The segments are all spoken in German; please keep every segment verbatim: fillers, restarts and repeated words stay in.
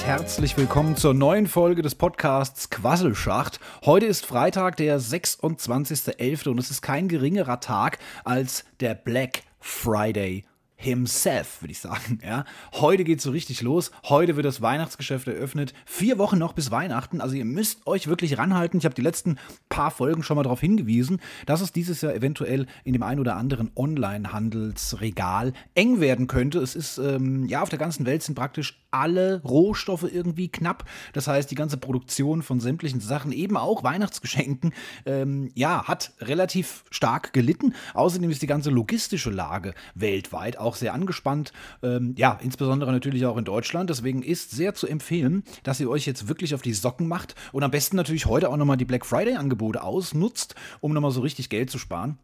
herzlich willkommen zur neuen Folge des Podcasts Quasselschacht. Heute ist Freitag, der sechsundzwanzigster elfter und es ist kein geringerer Tag als der Black Friday himself, würde ich sagen. Ja. Heute geht's so richtig los. Heute wird das Weihnachtsgeschäft eröffnet. Vier Wochen noch bis Weihnachten. Also ihr müsst euch wirklich ranhalten. Ich habe die letzten paar Folgen schon mal darauf hingewiesen, dass es dieses Jahr eventuell in dem ein oder anderen Online-Handelsregal eng werden könnte. Es ist, ähm, ja, auf der ganzen Welt sind praktisch alle Rohstoffe irgendwie knapp. Das heißt, die ganze Produktion von sämtlichen Sachen, eben auch Weihnachtsgeschenken, ähm, ja, hat relativ stark gelitten. Außerdem ist die ganze logistische Lage weltweit auch sehr angespannt, ähm, ja, insbesondere natürlich auch in Deutschland. Deswegen ist sehr zu empfehlen, dass ihr euch jetzt wirklich auf die Socken macht und am besten natürlich heute auch nochmal die Black Friday-Angebote ausnutzt, um nochmal so richtig Geld zu sparen.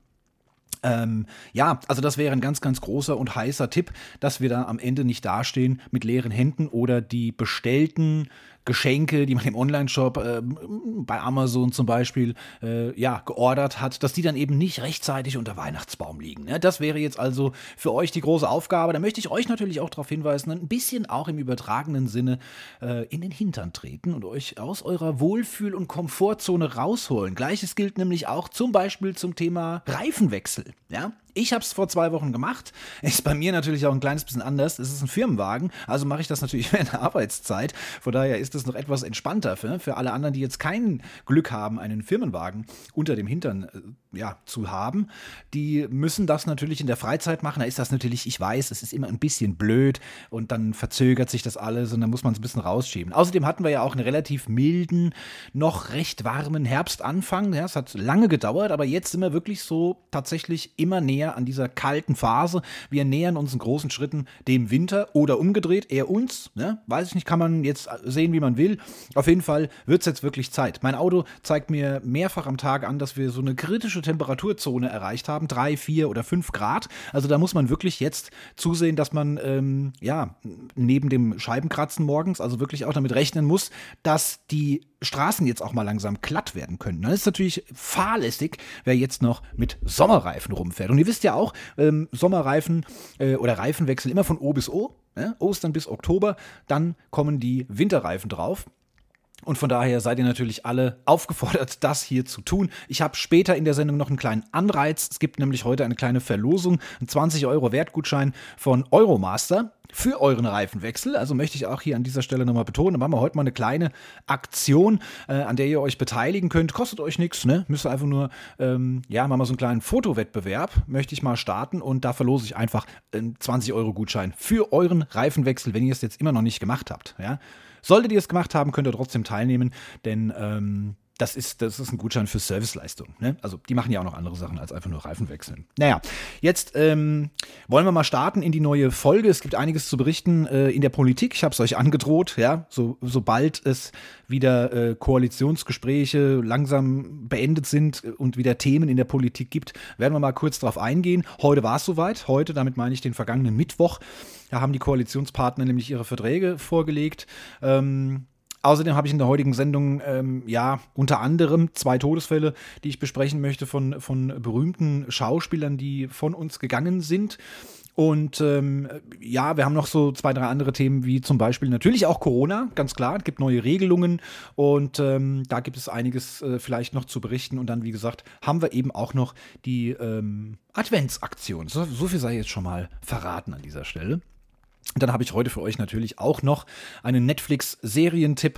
Ähm, ja, also das wäre ein ganz, ganz großer und heißer Tipp, dass wir da am Ende nicht dastehen mit leeren Händen oder die bestellten Geschenke, die man im Onlineshop, äh, bei Amazon zum Beispiel, äh, ja, geordert hat, dass die dann eben nicht rechtzeitig unter Weihnachtsbaum liegen. Ne? Das wäre jetzt also für euch die große Aufgabe. Da möchte ich euch natürlich auch darauf hinweisen, ein bisschen auch im übertragenen Sinne äh, in den Hintern treten und euch aus eurer Wohlfühl- und Komfortzone rausholen. Gleiches gilt nämlich auch zum Beispiel zum Thema Reifenwechsel. Ja? Ich habe es vor zwei Wochen gemacht. Ist bei mir natürlich auch ein kleines bisschen anders. Es ist ein Firmenwagen, also mache ich das natürlich während der Arbeitszeit. Von daher ist es noch etwas entspannter für, für alle anderen, die jetzt kein Glück haben, einen Firmenwagen unter dem Hintern äh, ja, zu haben. Die müssen das natürlich in der Freizeit machen. Da ist das natürlich, ich weiß, es ist immer ein bisschen blöd und dann verzögert sich das alles und dann muss man es ein bisschen rausschieben. Außerdem hatten wir ja auch einen relativ milden, noch recht warmen Herbstanfang. Ja, es hat lange gedauert, aber jetzt sind wir wirklich so tatsächlich immer näher an dieser kalten Phase. Wir nähern uns in großen Schritten dem Winter oder umgedreht, eher uns. Ne? Weiß ich nicht, kann man jetzt sehen, wie man will. Auf jeden Fall wird es jetzt wirklich Zeit. Mein Auto zeigt mir mehrfach am Tag an, dass wir so eine kritische Temperaturzone erreicht haben, drei, vier oder fünf Grad. Also da muss man wirklich jetzt zusehen, dass man ähm, ja neben dem Scheibenkratzen morgens also wirklich auch damit rechnen muss, dass die Straßen jetzt auch mal langsam glatt werden können. Das ist natürlich fahrlässig, wer jetzt noch mit Sommerreifen rumfährt. Und ihr wisst ja auch, ähm, Sommerreifen äh, oder Reifenwechsel immer von O bis O, ne? Ostern bis Oktober, dann kommen die Winterreifen drauf. Und von daher seid ihr natürlich alle aufgefordert, das hier zu tun. Ich habe später in der Sendung noch einen kleinen Anreiz. Es gibt nämlich heute eine kleine Verlosung, einen zwanzig Euro Wertgutschein von Euromaster für euren Reifenwechsel. Also möchte ich auch hier an dieser Stelle nochmal betonen, da machen wir heute mal eine kleine Aktion, äh, an der ihr euch beteiligen könnt. Kostet euch nichts, ne? Müsst ihr einfach nur, ähm, ja, machen wir so einen kleinen Fotowettbewerb, möchte ich mal starten und da verlose ich einfach einen zwanzig Euro Gutschein für euren Reifenwechsel, wenn ihr es jetzt immer noch nicht gemacht habt, ja. Solltet ihr es gemacht haben, könnt ihr trotzdem teilnehmen, denn ähm, das ist, das ist ein Gutschein für Serviceleistung. Ne? Also die machen ja auch noch andere Sachen als einfach nur Reifen wechseln. Naja, jetzt ähm, wollen wir mal starten in die neue Folge. Es gibt einiges zu berichten äh, in der Politik. Ich habe es euch angedroht, ja, so, sobald es wieder äh, Koalitionsgespräche langsam beendet sind und wieder Themen in der Politik gibt, werden wir mal kurz drauf eingehen. Heute war es soweit. Heute, damit meine ich den vergangenen Mittwoch. Da haben die Koalitionspartner nämlich ihre Verträge vorgelegt. Ähm, außerdem habe ich in der heutigen Sendung ähm, ja unter anderem zwei Todesfälle, die ich besprechen möchte von, von berühmten Schauspielern, die von uns gegangen sind. Und ähm, ja, wir haben noch so zwei, drei andere Themen, wie zum Beispiel natürlich auch Corona, ganz klar. Es gibt neue Regelungen und ähm, da gibt es einiges äh, vielleicht noch zu berichten. Und dann, wie gesagt, haben wir eben auch noch die ähm, Adventsaktion. So, so viel sei jetzt schon mal verraten an dieser Stelle. Dann habe ich heute für euch natürlich auch noch einen Netflix-Serientipp.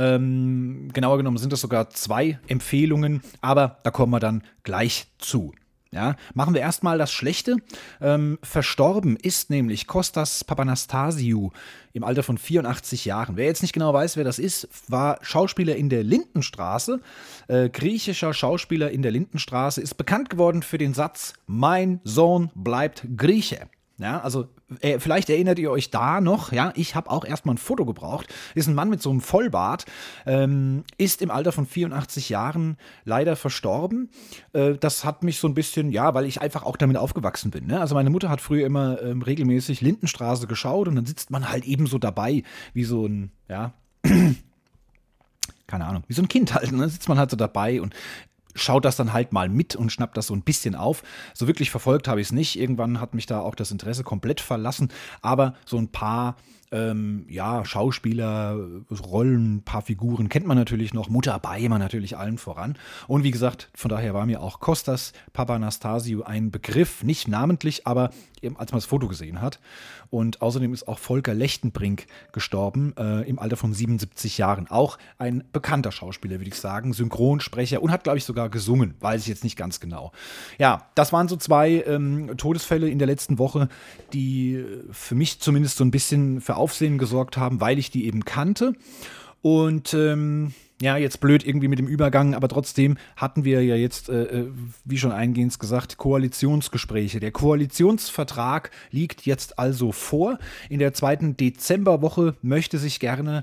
Ähm, genauer genommen sind das sogar zwei Empfehlungen, aber da kommen wir dann gleich zu. Ja, machen wir erstmal das Schlechte. Ähm, verstorben ist nämlich Kostas Papanastasiou im Alter von vierundachtzig Jahren. Wer jetzt nicht genau weiß, wer das ist, war Schauspieler in der Lindenstraße, äh, griechischer Schauspieler in der Lindenstraße, ist bekannt geworden für den Satz: Mein Sohn bleibt Grieche. Ja, also äh, vielleicht erinnert ihr euch da noch, ja, ich habe auch erstmal ein Foto gebraucht, ist ein Mann mit so einem Vollbart, ähm, ist im Alter von vierundachtzig Jahren leider verstorben. Äh, das hat mich so ein bisschen, ja, weil ich einfach auch damit aufgewachsen bin, ne? Also meine Mutter hat früher immer ähm, regelmäßig Lindenstraße geschaut und dann sitzt man halt eben so dabei, wie so ein, ja, keine Ahnung, wie so ein Kind halt, ne? Dann sitzt man halt so dabei und schaut das dann halt mal mit und schnappt das so ein bisschen auf. So wirklich verfolgt habe ich es nicht. Irgendwann hat mich da auch das Interesse komplett verlassen. Aber so ein paar ähm, ja, Schauspieler, Rollen, ein paar Figuren kennt man natürlich noch. Mutter Beimer natürlich allen voran. Und wie gesagt, von daher war mir auch Kostas Papanastasiou ein Begriff. Nicht namentlich, aber eben als man das Foto gesehen hat. Und außerdem ist auch Volker Lechtenbrink gestorben, äh, im Alter von siebenundsiebzig Jahren. Auch ein bekannter Schauspieler, würde ich sagen. Synchronsprecher und hat, glaube ich, sogar gesungen. Weiß ich jetzt nicht ganz genau. Ja, das waren so zwei ähm, Todesfälle in der letzten Woche, die für mich zumindest so ein bisschen für Aufsehen gesorgt haben, weil ich die eben kannte. Und ähm, ja, jetzt blöd irgendwie mit dem Übergang, aber trotzdem hatten wir ja jetzt, äh, wie schon eingehend gesagt, Koalitionsgespräche. Der Koalitionsvertrag liegt jetzt also vor. In der zweiten Dezemberwoche möchte sich gerne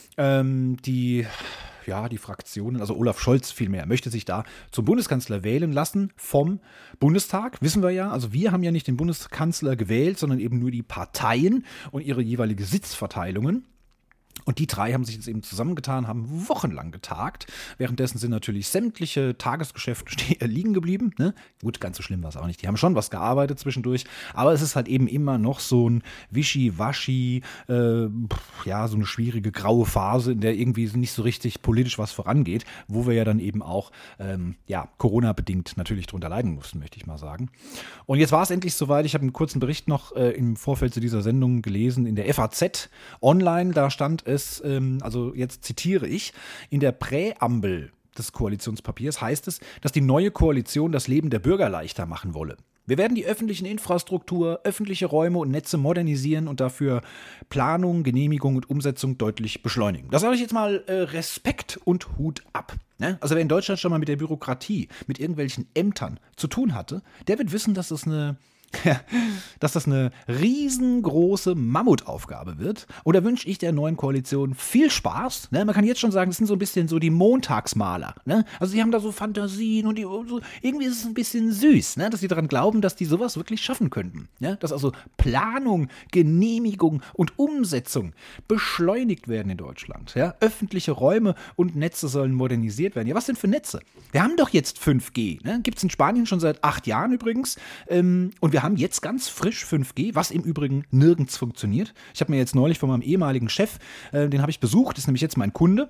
ähm, die... ja, die Fraktionen, also Olaf Scholz vielmehr, möchte sich da zum Bundeskanzler wählen lassen vom Bundestag, wissen wir ja. Also wir haben ja nicht den Bundeskanzler gewählt, sondern eben nur die Parteien und ihre jeweilige Sitzverteilungen. Und die drei haben sich jetzt eben zusammengetan, haben wochenlang getagt. Währenddessen sind natürlich sämtliche Tagesgeschäfte liegen geblieben. Ne? Gut, ganz so schlimm war es auch nicht. Die haben schon was gearbeitet zwischendurch. Aber es ist halt eben immer noch so ein Wischi-Waschi, äh, ja, so eine schwierige graue Phase, in der irgendwie nicht so richtig politisch was vorangeht. Wo wir ja dann eben auch, ähm, ja, Corona-bedingt natürlich drunter leiden mussten, möchte ich mal sagen. Und jetzt war es endlich soweit. Ich habe einen kurzen Bericht noch äh, im Vorfeld zu dieser Sendung gelesen in der F A Z online. Da stand es, ähm, also jetzt zitiere ich, in der Präambel des Koalitionspapiers heißt es, dass die neue Koalition das Leben der Bürger leichter machen wolle. Wir werden die öffentlichen Infrastruktur, öffentliche Räume und Netze modernisieren und dafür Planung, Genehmigung und Umsetzung deutlich beschleunigen. Da sage ich jetzt mal äh, Respekt und Hut ab. Ne? Also wer in Deutschland schon mal mit der Bürokratie, mit irgendwelchen Ämtern zu tun hatte, der wird wissen, dass es eine dass das eine riesengroße Mammutaufgabe wird. Und da wünsche ich der neuen Koalition viel Spaß. Ne? Man kann jetzt schon sagen, das sind so ein bisschen so die Montagsmaler. Ne? Also die haben da so Fantasien und die, so, irgendwie ist es ein bisschen süß, ne? Dass sie daran glauben, dass die sowas wirklich schaffen könnten. Ne? Dass also Planung, Genehmigung und Umsetzung beschleunigt werden in Deutschland. Ja? Öffentliche Räume und Netze sollen modernisiert werden. Ja, was denn für Netze? Wir haben doch jetzt fünf G. Ne? Gibt es in Spanien schon seit acht Jahren übrigens. Ähm, und wir haben jetzt ganz frisch fünf G, was im Übrigen nirgends funktioniert. Ich habe mir jetzt neulich von meinem ehemaligen Chef, äh, den habe ich besucht, das ist nämlich jetzt mein Kunde.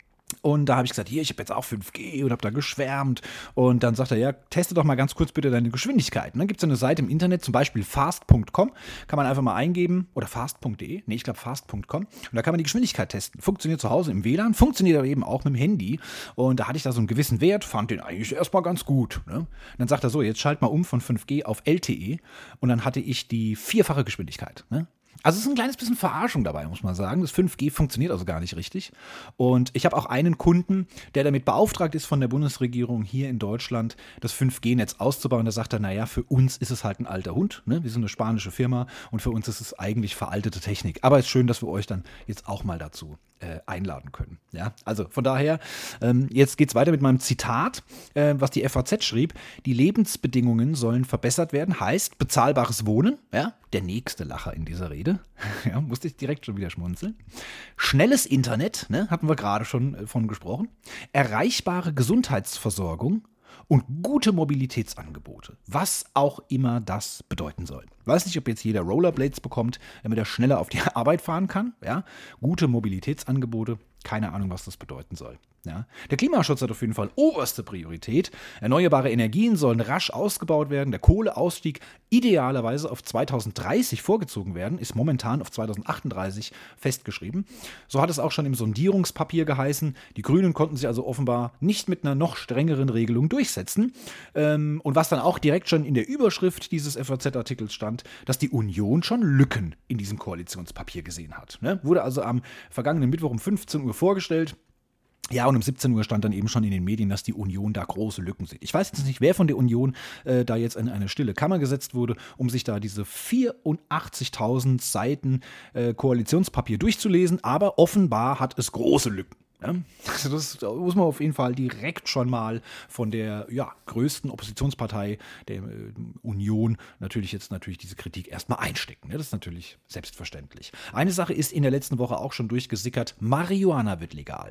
Und da habe ich gesagt, hier, ich habe jetzt auch fünf G und habe da geschwärmt. Und dann sagt er, ja, teste doch mal ganz kurz bitte deine Geschwindigkeit. Und dann gibt es eine Seite im Internet, zum Beispiel fast punkt com, kann man einfach mal eingeben, oder fast punkt de, nee, ich glaube fast punkt com. Und da kann man die Geschwindigkeit testen. Funktioniert zu Hause im W L A N, funktioniert aber eben auch mit dem Handy. Und da hatte ich da so einen gewissen Wert, fand den eigentlich erstmal ganz gut. Ne? Und dann sagt er so, jetzt schalt mal um von fünf G auf L T E. Und dann hatte ich die vierfache Geschwindigkeit. Ne? Also es ist ein kleines bisschen Verarschung dabei, muss man sagen. Das fünf G funktioniert also gar nicht richtig. Und ich habe auch einen Kunden, der damit beauftragt ist von der Bundesregierung hier in Deutschland, das fünf G Netz auszubauen. Da sagt er, naja, für uns ist es halt ein alter Hund. Ne? Wir sind eine spanische Firma und für uns ist es eigentlich veraltete Technik. Aber es ist schön, dass wir euch dann jetzt auch mal dazu äh, einladen können. Ja? Also von daher, ähm, jetzt geht es weiter mit meinem Zitat, äh, was die F A Z schrieb. Die Lebensbedingungen sollen verbessert werden, heißt bezahlbares Wohnen, ja? Der nächste Lacher in dieser Rede. Ja, musste ich direkt schon wieder schmunzeln. Schnelles Internet, ne, hatten wir gerade schon äh, von gesprochen. Erreichbare Gesundheitsversorgung und gute Mobilitätsangebote. Was auch immer das bedeuten soll. Weiß nicht, ob jetzt jeder Rollerblades bekommt, damit er schneller auf die Arbeit fahren kann. Ja? Gute Mobilitätsangebote. Keine Ahnung, was das bedeuten soll. Ja. Der Klimaschutz hat auf jeden Fall oberste Priorität. Erneuerbare Energien sollen rasch ausgebaut werden. Der Kohleausstieg idealerweise auf zweitausenddreißig vorgezogen werden, ist momentan auf zweitausendachtunddreißig festgeschrieben. So hat es auch schon im Sondierungspapier geheißen. Die Grünen konnten sich also offenbar nicht mit einer noch strengeren Regelung durchsetzen. Und was dann auch direkt schon in der Überschrift dieses F A Z-Artikels stand, dass die Union schon Lücken in diesem Koalitionspapier gesehen hat. Wurde also am vergangenen Mittwoch um fünfzehn Uhr vorgestellt. Ja, und um siebzehn Uhr stand dann eben schon in den Medien, dass die Union da große Lücken sieht. Ich weiß jetzt nicht, wer von der Union äh, da jetzt in eine stille Kammer gesetzt wurde, um sich da diese vierundachtzigtausend Seiten äh, Koalitionspapier durchzulesen, aber offenbar hat es große Lücken. Ja, also das muss man auf jeden Fall direkt schon mal von der ja, größten Oppositionspartei, der äh, Union, natürlich jetzt natürlich diese Kritik erstmal einstecken. Ne? Das ist natürlich selbstverständlich. Eine Sache ist in der letzten Woche auch schon durchgesickert, Marihuana wird legal. Ne?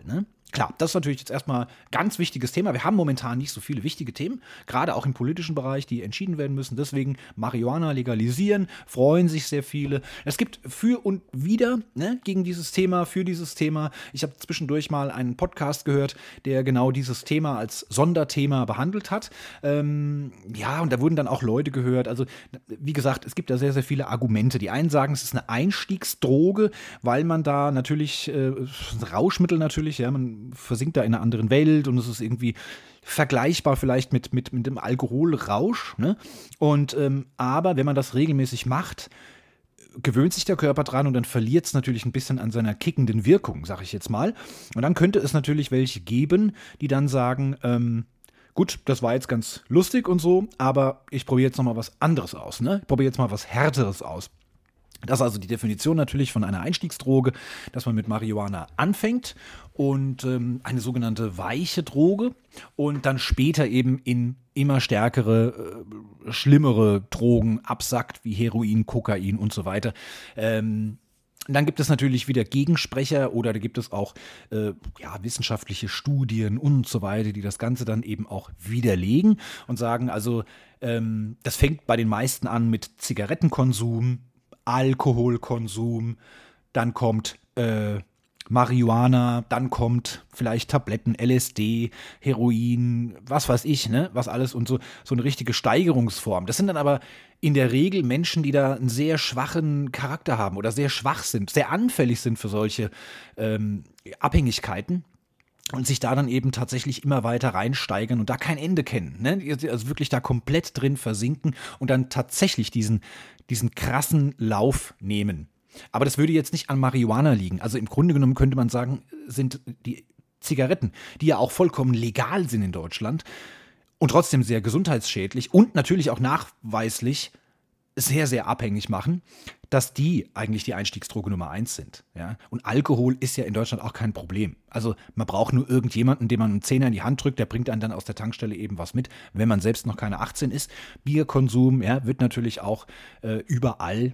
Klar, das ist natürlich jetzt erstmal ein ganz wichtiges Thema. Wir haben momentan nicht so viele wichtige Themen, gerade auch im politischen Bereich, die entschieden werden müssen. Deswegen Marihuana legalisieren, freuen sich sehr viele. Es gibt für und wider, ne, gegen dieses Thema, für dieses Thema. Ich habe zwischendurch mal einen Podcast gehört, der genau dieses Thema als Sonderthema behandelt hat. Ähm, ja, und da wurden dann auch Leute gehört. Also, wie gesagt, es gibt da sehr, sehr viele Argumente. Die einen sagen, es ist eine Einstiegsdroge, weil man da natürlich, äh, ein Rauschmittel natürlich, ja, man versinkt da in einer anderen Welt und es ist irgendwie vergleichbar vielleicht mit, mit, mit dem Alkoholrausch. Ne? Und ähm, aber wenn man das regelmäßig macht, gewöhnt sich der Körper dran und dann verliert es natürlich ein bisschen an seiner kickenden Wirkung, sag ich jetzt mal. Und dann könnte es natürlich welche geben, die dann sagen, ähm, gut, das war jetzt ganz lustig und so, aber ich probiere jetzt nochmal was anderes aus. Ne? Ich probiere jetzt mal was Härteres aus. Das ist also die Definition natürlich von einer Einstiegsdroge, dass man mit Marihuana anfängt und ähm, eine sogenannte weiche Droge und dann später eben in immer stärkere, äh, schlimmere Drogen absackt, wie Heroin, Kokain und so weiter. Ähm, Dann gibt es natürlich wieder Gegensprecher oder da gibt es auch äh, ja, wissenschaftliche Studien und so weiter, die das Ganze dann eben auch widerlegen und sagen, also ähm, das fängt bei den meisten an mit Zigarettenkonsum, Alkoholkonsum, dann kommt äh, Marihuana, dann kommt vielleicht Tabletten, L S D, Heroin, was weiß ich, ne, was alles und so, so eine richtige Steigerungsform. Das sind dann aber in der Regel Menschen, die da einen sehr schwachen Charakter haben oder sehr schwach sind, sehr anfällig sind für solche ähm, Abhängigkeiten. Und sich da dann eben tatsächlich immer weiter reinsteigern und da kein Ende kennen. Ne? Also wirklich da komplett drin versinken und dann tatsächlich diesen, diesen krassen Lauf nehmen. Aber das würde jetzt nicht an Marihuana liegen. Also im Grunde genommen könnte man sagen, sind die Zigaretten, die ja auch vollkommen legal sind in Deutschland und trotzdem sehr gesundheitsschädlich und natürlich auch nachweislich sehr, sehr abhängig machen, dass die eigentlich die Einstiegsdroge Nummer eins sind. Ja? Und Alkohol ist ja in Deutschland auch kein Problem. Also man braucht nur irgendjemanden, dem man einen Zehner in die Hand drückt, der bringt einen dann aus der Tankstelle eben was mit, wenn man selbst noch keine achtzehn ist. Bierkonsum, ja, wird natürlich auch äh, überall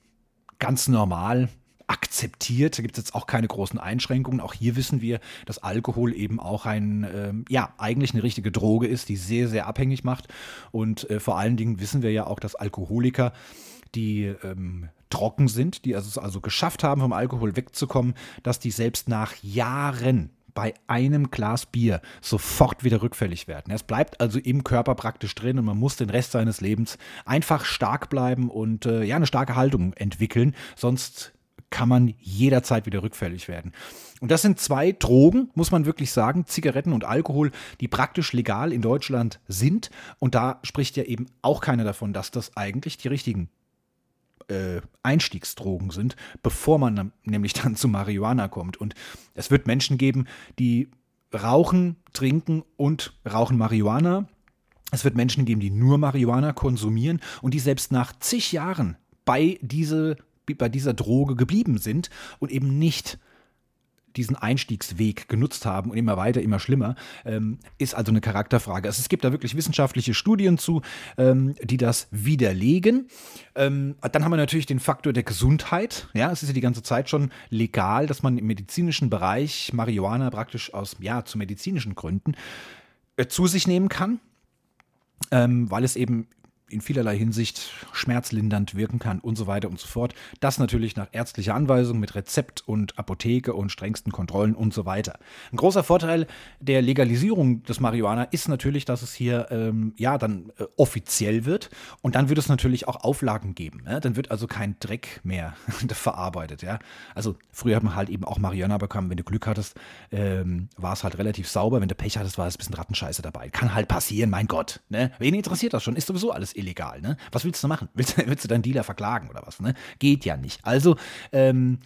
ganz normal akzeptiert. Da gibt es jetzt auch keine großen Einschränkungen. Auch hier wissen wir, dass Alkohol eben auch ein, ähm, ja, eigentlich eine richtige Droge ist, die sehr, sehr abhängig macht. Und äh, vor allen Dingen wissen wir ja auch, dass Alkoholiker, die ähm, trocken sind, die also, also geschafft haben, vom Alkohol wegzukommen, dass die selbst nach Jahren bei einem Glas Bier sofort wieder rückfällig werden. Es bleibt also im Körper praktisch drin und man muss den Rest seines Lebens einfach stark bleiben und äh, ja, eine starke Haltung entwickeln, sonst kann man jederzeit wieder rückfällig werden. Und das sind zwei Drogen, muss man wirklich sagen, Zigaretten und Alkohol, die praktisch legal in Deutschland sind. Und da spricht ja eben auch keiner davon, dass das eigentlich die richtigen äh, Einstiegsdrogen sind, bevor man dann, nämlich dann zu Marihuana kommt. Und es wird Menschen geben, die rauchen, trinken und rauchen Marihuana. Es wird Menschen geben, die nur Marihuana konsumieren und die selbst nach zig Jahren bei diese bei dieser Droge geblieben sind und eben nicht diesen Einstiegsweg genutzt haben und immer weiter, immer schlimmer, ähm, ist also eine Charakterfrage. Also es gibt da wirklich wissenschaftliche Studien zu, ähm, die das widerlegen. Ähm, dann haben wir natürlich den Faktor der Gesundheit. Ja, es ist ja die ganze Zeit schon legal, dass man im medizinischen Bereich Marihuana praktisch aus, ja, zu medizinischen Gründen äh, zu sich nehmen kann, ähm, weil es eben in vielerlei Hinsicht schmerzlindernd wirken kann und so weiter und so fort. Das natürlich nach ärztlicher Anweisung mit Rezept und Apotheke und strengsten Kontrollen und so weiter. Ein großer Vorteil der Legalisierung des Marihuana ist natürlich, dass es hier ähm, ja dann äh, offiziell wird und dann wird es natürlich auch Auflagen geben. Ja? Dann wird also kein Dreck mehr verarbeitet. Ja? Also früher hat man halt eben auch Marihuana bekommen, wenn du Glück hattest, ähm, war es halt relativ sauber. Wenn du Pech hattest, war es ein bisschen Rattenscheiße dabei. Kann halt passieren, mein Gott. Ne? Wen interessiert das schon? Ist sowieso alles illegal, ne? Was willst du machen? Willst, willst du deinen Dealer verklagen oder was, ne? Geht ja nicht. Also, ähm,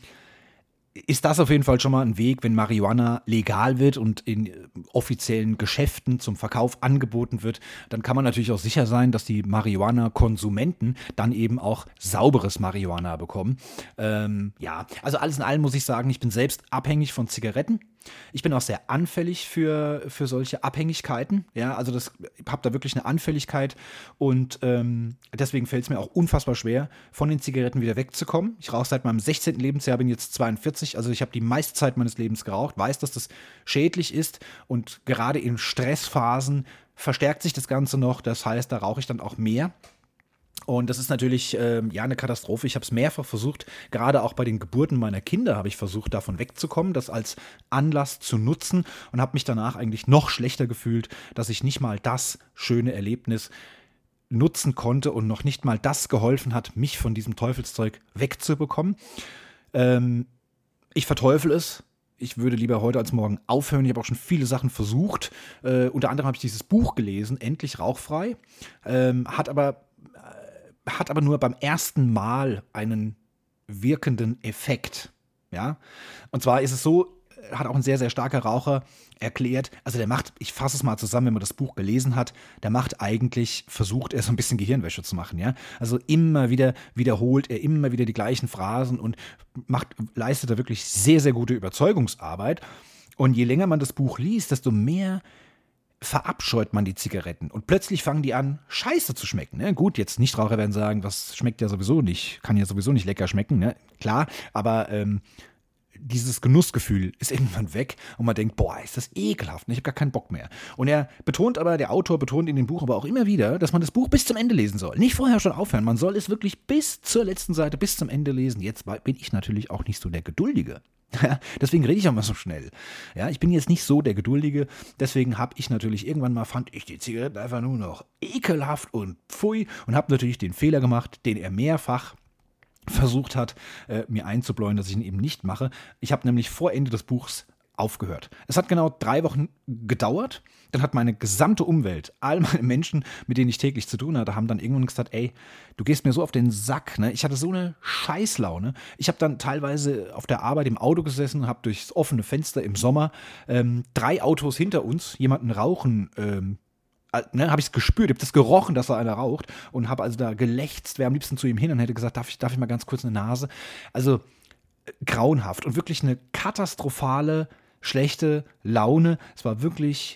ist das auf jeden Fall schon mal ein Weg, wenn Marihuana legal wird und in äh, offiziellen Geschäften zum Verkauf angeboten wird, dann kann man natürlich auch sicher sein, dass die Marihuana-Konsumenten dann eben auch sauberes Marihuana bekommen. Ähm, ja, also alles in allem muss ich sagen, ich bin selbst abhängig von Zigaretten. Ich bin auch sehr anfällig für, für solche Abhängigkeiten. Ja, also das habe da wirklich eine Anfälligkeit und ähm, deswegen fällt es mir auch unfassbar schwer, von den Zigaretten wieder wegzukommen. Ich rauche seit meinem sechzehnten Lebensjahr, bin jetzt zweiundvierzig, also ich habe die meiste Zeit meines Lebens geraucht, weiß, dass das schädlich ist und gerade in Stressphasen verstärkt sich das Ganze noch. Das heißt, da rauche ich dann auch mehr. Und das ist natürlich ähm, ja eine Katastrophe. Ich habe es mehrfach versucht, gerade auch bei den Geburten meiner Kinder habe ich versucht, davon wegzukommen, das als Anlass zu nutzen und habe mich danach eigentlich noch schlechter gefühlt, dass ich nicht mal das schöne Erlebnis nutzen konnte und noch nicht mal das geholfen hat, mich von diesem Teufelszeug wegzubekommen. Ähm, ich verteufel es. Ich würde lieber heute als morgen aufhören. Ich habe auch schon viele Sachen versucht. Äh, unter anderem habe ich dieses Buch gelesen, Endlich rauchfrei. Ähm, hat aber hat aber nur beim ersten Mal einen wirkenden Effekt. Ja? Und zwar ist es so, hat auch ein sehr, sehr starker Raucher erklärt, also der macht, ich fasse es mal zusammen, wenn man das Buch gelesen hat, der macht eigentlich, versucht er so ein bisschen Gehirnwäsche zu machen, ja. Also immer wieder wiederholt er immer wieder die gleichen Phrasen und macht, leistet da wirklich sehr, sehr gute Überzeugungsarbeit. Und je länger man das Buch liest, desto mehr verabscheut man die Zigaretten und plötzlich fangen die an, scheiße zu schmecken. Ne? Gut, jetzt Nichtraucher werden sagen, was schmeckt ja sowieso nicht, kann ja sowieso nicht lecker schmecken, ne? Klar, aber ähm, dieses Genussgefühl ist irgendwann weg und man denkt, boah, ist das ekelhaft, ne? Ich habe gar keinen Bock mehr. Und er betont aber, der Autor betont in dem Buch aber auch immer wieder, dass man das Buch bis zum Ende lesen soll. Nicht vorher schon aufhören, man soll es wirklich bis zur letzten Seite, bis zum Ende lesen. Jetzt bin ich natürlich auch nicht so der Geduldige. Ja, deswegen rede ich auch mal so schnell. Ja, ich bin jetzt nicht so der Geduldige, deswegen habe ich natürlich irgendwann mal, fand ich die Zigaretten einfach nur noch ekelhaft und pfui und habe natürlich den Fehler gemacht, den er mehrfach versucht hat, äh, mir einzubläuen, dass ich ihn eben nicht mache. Ich habe nämlich vor Ende des Buchs aufgehört. Es hat genau drei Wochen gedauert. Dann hat meine gesamte Umwelt, all meine Menschen, mit denen ich täglich zu tun hatte, haben dann irgendwann gesagt, ey, du gehst mir so auf den Sack. Ne? Ich hatte so eine Scheißlaune. Ich habe dann teilweise auf der Arbeit im Auto gesessen, habe durchs offene Fenster im Sommer ähm, drei Autos hinter uns jemanden rauchen ähm, Ne, habe ich es gespürt, ich habe das gerochen, dass da einer raucht und habe also da gelächzt, wäre am liebsten zu ihm hin und hätte gesagt, darf ich, darf ich mal ganz kurz eine Nase? Also äh, grauenhaft und wirklich eine katastrophale, schlechte Laune. Es war wirklich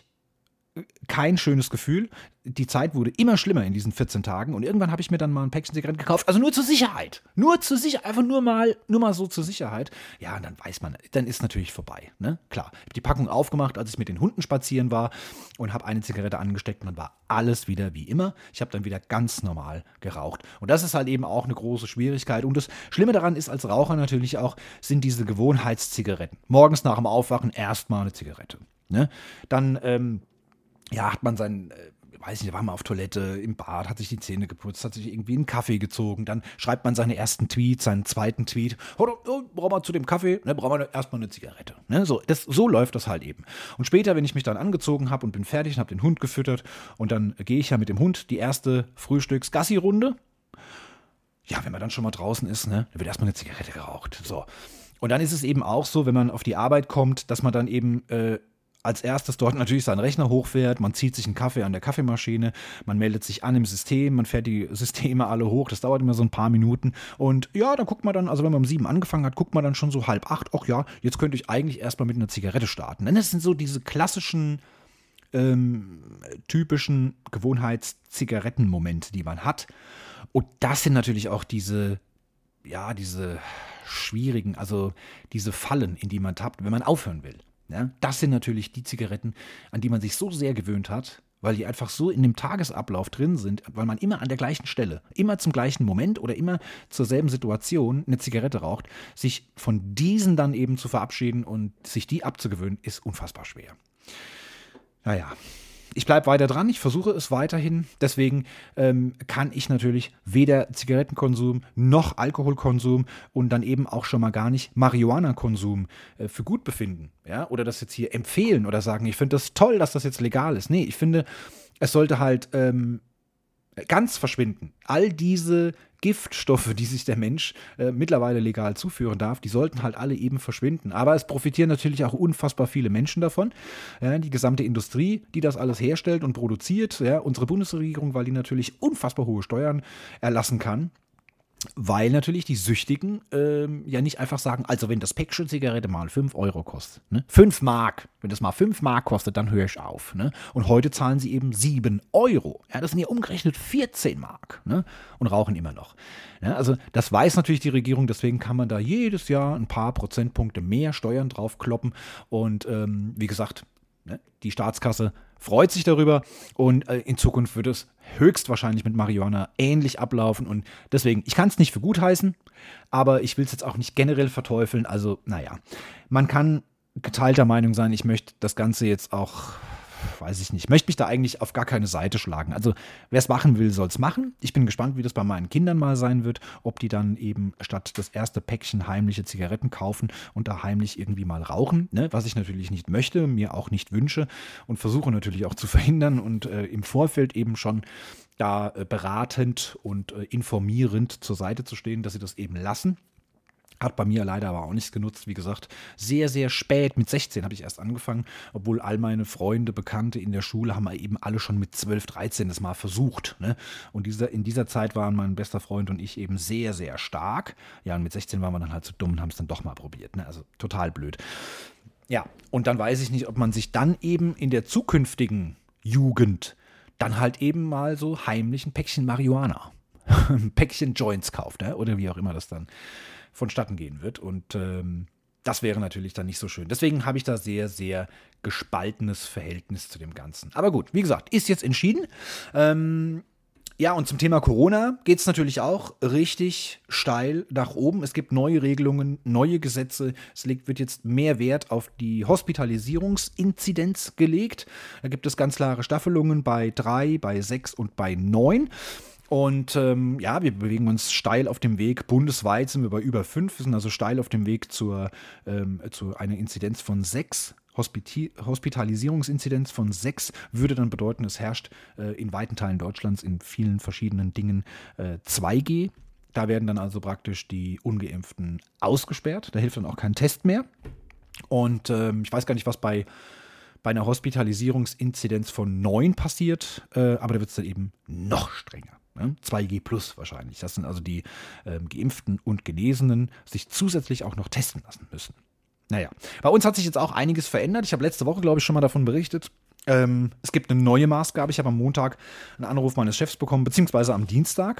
kein schönes Gefühl. Die Zeit wurde immer schlimmer in diesen vierzehn Tagen und irgendwann habe ich mir dann mal ein Päckchen Zigaretten gekauft, also nur zur Sicherheit. Nur zur Sicherheit, einfach nur mal, nur mal so zur Sicherheit. Ja, und dann weiß man, dann ist natürlich vorbei, ne? Klar, ich habe die Packung aufgemacht, als ich mit den Hunden spazieren war und habe eine Zigarette angesteckt und dann war alles wieder wie immer. Ich habe dann wieder ganz normal geraucht. Und das ist halt eben auch eine große Schwierigkeit. Und das Schlimme daran ist als Raucher natürlich auch, sind diese Gewohnheitszigaretten. Morgens nach dem Aufwachen erstmal eine Zigarette, ne? Dann, ähm, ja, hat man sein, äh, weiß nicht, war mal auf Toilette, im Bad, hat sich die Zähne geputzt, hat sich irgendwie einen Kaffee gezogen, dann schreibt man seine ersten Tweets, seinen zweiten Tweet, oh, oh, brauchen wir zu dem Kaffee, ne, brauchen wir erstmal eine Zigarette. Ne, so, das, so läuft das halt eben. Und später, wenn ich mich dann angezogen habe und bin fertig und habe den Hund gefüttert und dann gehe ich ja mit dem Hund die erste Frühstücks-Gassi-Runde. Ja, wenn man dann schon mal draußen ist, ne, dann wird erstmal eine Zigarette geraucht. So. Und dann ist es eben auch so, wenn man auf die Arbeit kommt, dass man dann eben äh, als erstes dort natürlich seinen Rechner hochfährt, man zieht sich einen Kaffee an der Kaffeemaschine, man meldet sich an im System, man fährt die Systeme alle hoch, das dauert immer so ein paar Minuten und ja, da guckt man dann, also wenn man um sieben angefangen hat, guckt man dann schon so halb acht, ach ja, jetzt könnte ich eigentlich erstmal mit einer Zigarette starten. Denn das sind so diese klassischen, ähm, typischen Gewohnheitszigarettenmomente, die man hat und das sind natürlich auch diese, ja, diese schwierigen, also diese Fallen, in die man tappt, wenn man aufhören will. Ja, das sind natürlich die Zigaretten, an die man sich so sehr gewöhnt hat, weil die einfach so in dem Tagesablauf drin sind, weil man immer an der gleichen Stelle, immer zum gleichen Moment oder immer zur selben Situation eine Zigarette raucht, sich von diesen dann eben zu verabschieden und sich die abzugewöhnen, ist unfassbar schwer. Naja, ich bleibe weiter dran, ich versuche es weiterhin, deswegen ähm, kann ich natürlich weder Zigarettenkonsum noch Alkoholkonsum und dann eben auch schon mal gar nicht Marihuana-Konsum äh, für gut befinden, ja, oder das jetzt hier empfehlen oder sagen, ich finde das toll, dass das jetzt legal ist. Nee, ich finde, es sollte halt ähm, ganz verschwinden. All diese Giftstoffe, die sich der Mensch äh, mittlerweile legal zuführen darf, die sollten halt alle eben verschwinden. Aber es profitieren natürlich auch unfassbar viele Menschen davon. Ja, die gesamte Industrie, die das alles herstellt und produziert. Ja, unsere Bundesregierung, weil die natürlich unfassbar hohe Steuern erlassen kann. Weil natürlich die Süchtigen ähm, ja nicht einfach sagen, also wenn das Päckchen Zigarette mal fünf Euro kostet, ne? fünf Mark, wenn das mal fünf Mark kostet, dann höre ich auf. Ne? Und heute zahlen sie eben sieben Euro. Ja, das sind ja umgerechnet vierzehn Mark, ne? Und rauchen immer noch. Ja, also das weiß natürlich die Regierung, deswegen kann man da jedes Jahr ein paar Prozentpunkte mehr Steuern drauf kloppen. Und ähm, wie gesagt, ne, die Staatskasse freut sich darüber und äh, in Zukunft wird es höchstwahrscheinlich mit Marihuana ähnlich ablaufen und deswegen, ich kann es nicht für gut heißen, aber ich will es jetzt auch nicht generell verteufeln, also naja, man kann geteilter Meinung sein, ich möchte das Ganze jetzt auch, weiß ich nicht, möchte mich da eigentlich auf gar keine Seite schlagen. Also wer es machen will, soll es machen. Ich bin gespannt, wie das bei meinen Kindern mal sein wird, ob die dann eben statt das erste Päckchen heimliche Zigaretten kaufen und da heimlich irgendwie mal rauchen, ne? Was ich natürlich nicht möchte, mir auch nicht wünsche und versuche natürlich auch zu verhindern und äh, im Vorfeld eben schon da äh, beratend und äh, informierend zur Seite zu stehen, dass sie das eben lassen. Hat bei mir leider aber auch nichts genutzt. Wie gesagt, sehr, sehr spät. Mit sechzehn habe ich erst angefangen, obwohl all meine Freunde, Bekannte in der Schule haben eben alle schon mit zwölf, dreizehn das mal versucht. Ne? Und dieser, in dieser Zeit waren mein bester Freund und ich eben sehr, sehr stark. Ja, und mit sechzehn waren wir dann halt so dumm und haben es dann doch mal probiert. Ne? Also total blöd. Ja, und dann weiß ich nicht, ob man sich dann eben in der zukünftigen Jugend dann halt eben mal so heimlich ein Päckchen Marihuana, ein Päckchen Joints kauft, ne? Oder wie auch immer das dann vonstatten gehen wird. Und ähm, das wäre natürlich dann nicht so schön. Deswegen habe ich da sehr, sehr gespaltenes Verhältnis zu dem Ganzen. Aber gut, wie gesagt, ist jetzt entschieden. Ähm, ja, und zum Thema Corona geht es natürlich auch richtig steil nach oben. Es gibt neue Regelungen, neue Gesetze. Es legt, wird jetzt mehr Wert auf die Hospitalisierungsinzidenz gelegt. Da gibt es ganz klare Staffelungen bei drei, bei sechs und bei neun. Und ähm, ja, wir bewegen uns steil auf dem Weg. Bundesweit sind wir bei über fünf. Wir sind also steil auf dem Weg zur, ähm, zu einer Inzidenz von sechs. Hospiti- Hospitalisierungsinzidenz von sechs würde dann bedeuten, es herrscht äh, in weiten Teilen Deutschlands in vielen verschiedenen Dingen äh, zwei G. Da werden dann also praktisch die Ungeimpften ausgesperrt. Da hilft dann auch kein Test mehr. Und ähm, ich weiß gar nicht, was bei, bei einer Hospitalisierungsinzidenz von neun passiert, äh, aber da wird es dann eben noch strenger. zwei G plus wahrscheinlich. Das sind also die ähm, Geimpften und Genesenen sich zusätzlich auch noch testen lassen müssen. Naja, bei uns hat sich jetzt auch einiges verändert. Ich habe letzte Woche, glaube ich, schon mal davon berichtet. Ähm, es gibt eine neue Maßgabe. Ich habe am Montag einen Anruf meines Chefs bekommen, beziehungsweise am Dienstag.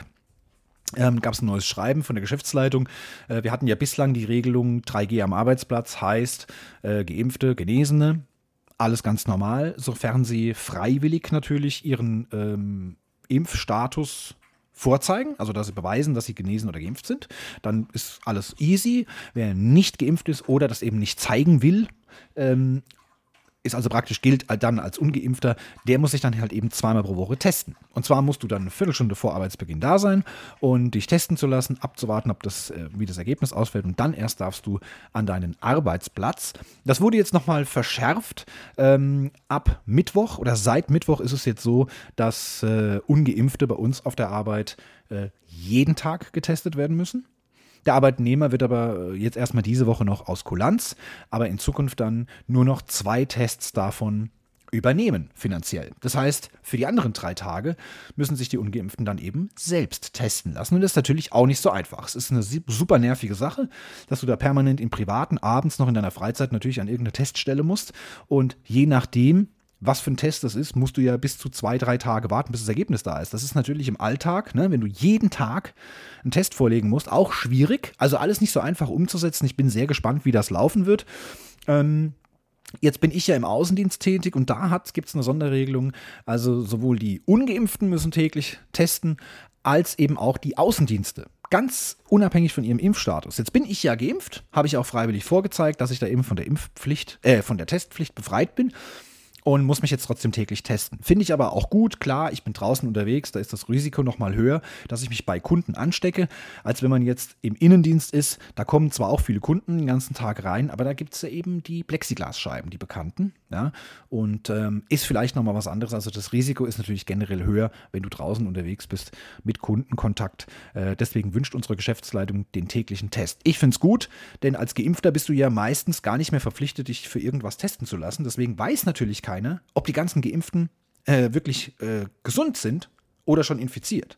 Ähm, gab es ein neues Schreiben von der Geschäftsleitung. Äh, wir hatten ja bislang die Regelung drei G am Arbeitsplatz, heißt äh, Geimpfte, Genesene, alles ganz normal, sofern sie freiwillig natürlich ihren ähm, Impfstatus vorzeigen, also dass sie beweisen, dass sie genesen oder geimpft sind, dann ist alles easy. Wer nicht geimpft ist oder das eben nicht zeigen will, ähm, ist also praktisch gilt dann als Ungeimpfter, der muss sich dann halt eben zweimal pro Woche testen. Und zwar musst du dann eine Viertelstunde vor Arbeitsbeginn da sein und dich testen zu lassen, abzuwarten, ob das, äh, wie das Ergebnis ausfällt und dann erst darfst du an deinen Arbeitsplatz. Das wurde jetzt nochmal verschärft. Ähm, ab Mittwoch oder seit Mittwoch ist es jetzt so, dass äh, Ungeimpfte bei uns auf der Arbeit äh, jeden Tag getestet werden müssen. Der Arbeitnehmer wird aber jetzt erstmal diese Woche noch aus Kulanz, aber in Zukunft dann nur noch zwei Tests davon übernehmen, finanziell. Das heißt, für die anderen drei Tage müssen sich die Ungeimpften dann eben selbst testen lassen. Und das ist natürlich auch nicht so einfach. Es ist eine super nervige Sache, dass du da permanent im Privaten, abends noch in deiner Freizeit natürlich an irgendeine Teststelle musst. Und je nachdem, was für ein Test das ist, musst du ja bis zu zwei, drei Tage warten, bis das Ergebnis da ist. Das ist natürlich im Alltag, ne, wenn du jeden Tag einen Test vorlegen musst, auch schwierig. Also alles nicht so einfach umzusetzen. Ich bin sehr gespannt, wie das laufen wird. Ähm, Jetzt bin ich ja im Außendienst tätig und da gibt es eine Sonderregelung. Also sowohl die Ungeimpften müssen täglich testen, als eben auch die Außendienste. Ganz unabhängig von ihrem Impfstatus. Jetzt bin ich ja geimpft, habe ich auch freiwillig vorgezeigt, dass ich da eben von der Impfpflicht, äh, von der Testpflicht befreit bin. Und muss mich jetzt trotzdem täglich testen. Finde ich aber auch gut. Klar, ich bin draußen unterwegs, da ist das Risiko noch mal höher, dass ich mich bei Kunden anstecke, als wenn man jetzt im Innendienst ist. Da kommen zwar auch viele Kunden den ganzen Tag rein, aber da gibt es ja eben die Plexiglasscheiben, die bekannten. Ja? Und ähm, ist vielleicht noch mal was anderes. Also das Risiko ist natürlich generell höher, wenn du draußen unterwegs bist mit Kundenkontakt. Äh, deswegen wünscht unsere Geschäftsleitung den täglichen Test. Ich finde es gut, denn als Geimpfter bist du ja meistens gar nicht mehr verpflichtet, dich für irgendwas testen zu lassen. Deswegen weiß natürlich keiner, ob die ganzen Geimpften äh, wirklich äh, gesund sind oder schon infiziert.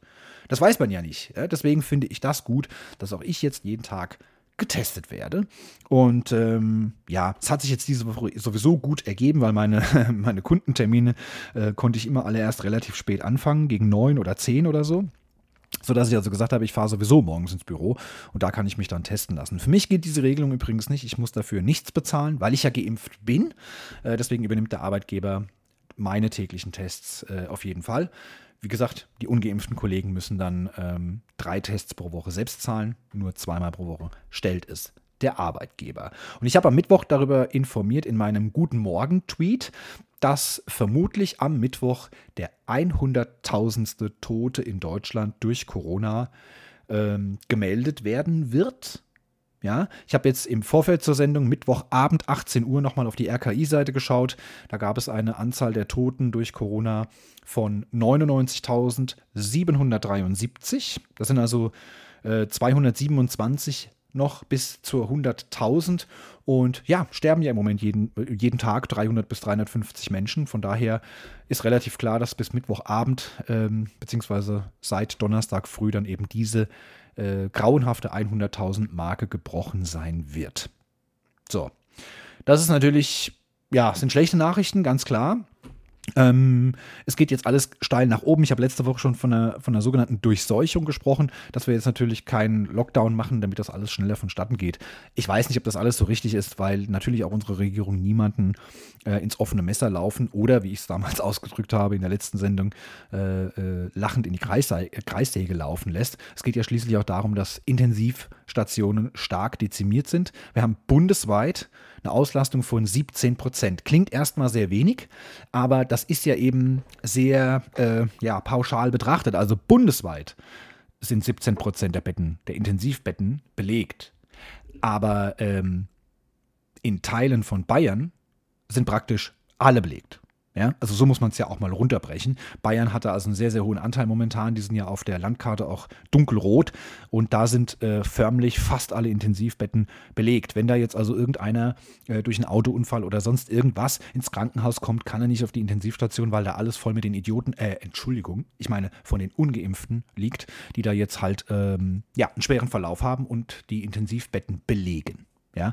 Das weiß man ja nicht. Ja? Deswegen finde ich das gut, dass auch ich jetzt jeden Tag getestet werde. Und ähm, ja, es hat sich jetzt diese Woche sowieso gut ergeben, weil meine, meine Kundentermine äh, konnte ich immer alle erst relativ spät anfangen, gegen neun oder zehn oder so. Sodass ich also gesagt habe, ich fahre sowieso morgens ins Büro und da kann ich mich dann testen lassen. Für mich geht diese Regelung übrigens nicht. Ich muss dafür nichts bezahlen, weil ich ja geimpft bin. Äh, deswegen übernimmt der Arbeitgeber meine täglichen Tests äh, auf jeden Fall. Wie gesagt, die ungeimpften Kollegen müssen dann ähm, drei Tests pro Woche selbst zahlen. Nur zweimal pro Woche stellt es der Arbeitgeber. Und ich habe am Mittwoch darüber informiert in meinem Guten Morgen-Tweet, dass vermutlich am Mittwoch der hunderttausendste Tote in Deutschland durch Corona ähm, gemeldet werden wird. Ja, ich habe jetzt im Vorfeld zur Sendung Mittwochabend achtzehn Uhr nochmal auf die R K I-Seite geschaut. Da gab es eine Anzahl der Toten durch Corona von neunundneunzigtausendsiebenhundertdreiundsiebzig. Das sind also äh, zweihundertsiebenundzwanzig noch bis zur hunderttausend. Und ja, sterben ja im Moment jeden, jeden Tag dreihundert bis dreihundertfünfzig Menschen. Von daher ist relativ klar, dass bis Mittwochabend ähm, beziehungsweise seit Donnerstag früh dann eben diese äh, grauenhafte hunderttausend Marke gebrochen sein wird. So, das ist natürlich, ja, sind schlechte Nachrichten, ganz klar. Ähm, es geht jetzt alles steil nach oben. Ich habe letzte Woche schon von einer, von einer sogenannten Durchseuchung gesprochen, dass wir jetzt natürlich keinen Lockdown machen, damit das alles schneller vonstatten geht. Ich weiß nicht, ob das alles so richtig ist, weil natürlich auch unsere Regierung niemanden äh, ins offene Messer laufen oder, wie ich es damals ausgedrückt habe in der letzten Sendung, äh, äh, lachend in die Kreisse- Kreissäge laufen lässt. Es geht ja schließlich auch darum, dass Intensivstationen stark dezimiert sind. Wir haben bundesweit eine Auslastung von siebzehn Prozent. Klingt erstmal sehr wenig, aber das ist ja eben sehr äh, ja, pauschal betrachtet. Also bundesweit sind siebzehn Prozent der Betten, der Intensivbetten belegt. Aber ähm, in Teilen von Bayern sind praktisch alle belegt. Ja, also so muss man es ja auch mal runterbrechen. Bayern hatte also einen sehr, sehr hohen Anteil momentan. Die sind ja auf der Landkarte auch dunkelrot. Und da sind äh, förmlich fast alle Intensivbetten belegt. Wenn da jetzt also irgendeiner äh, durch einen Autounfall oder sonst irgendwas ins Krankenhaus kommt, kann er nicht auf die Intensivstation, weil da alles voll mit den Idioten, äh, Entschuldigung, ich meine von den Ungeimpften liegt, die da jetzt halt ähm, ja, einen schweren Verlauf haben und die Intensivbetten belegen. Ja.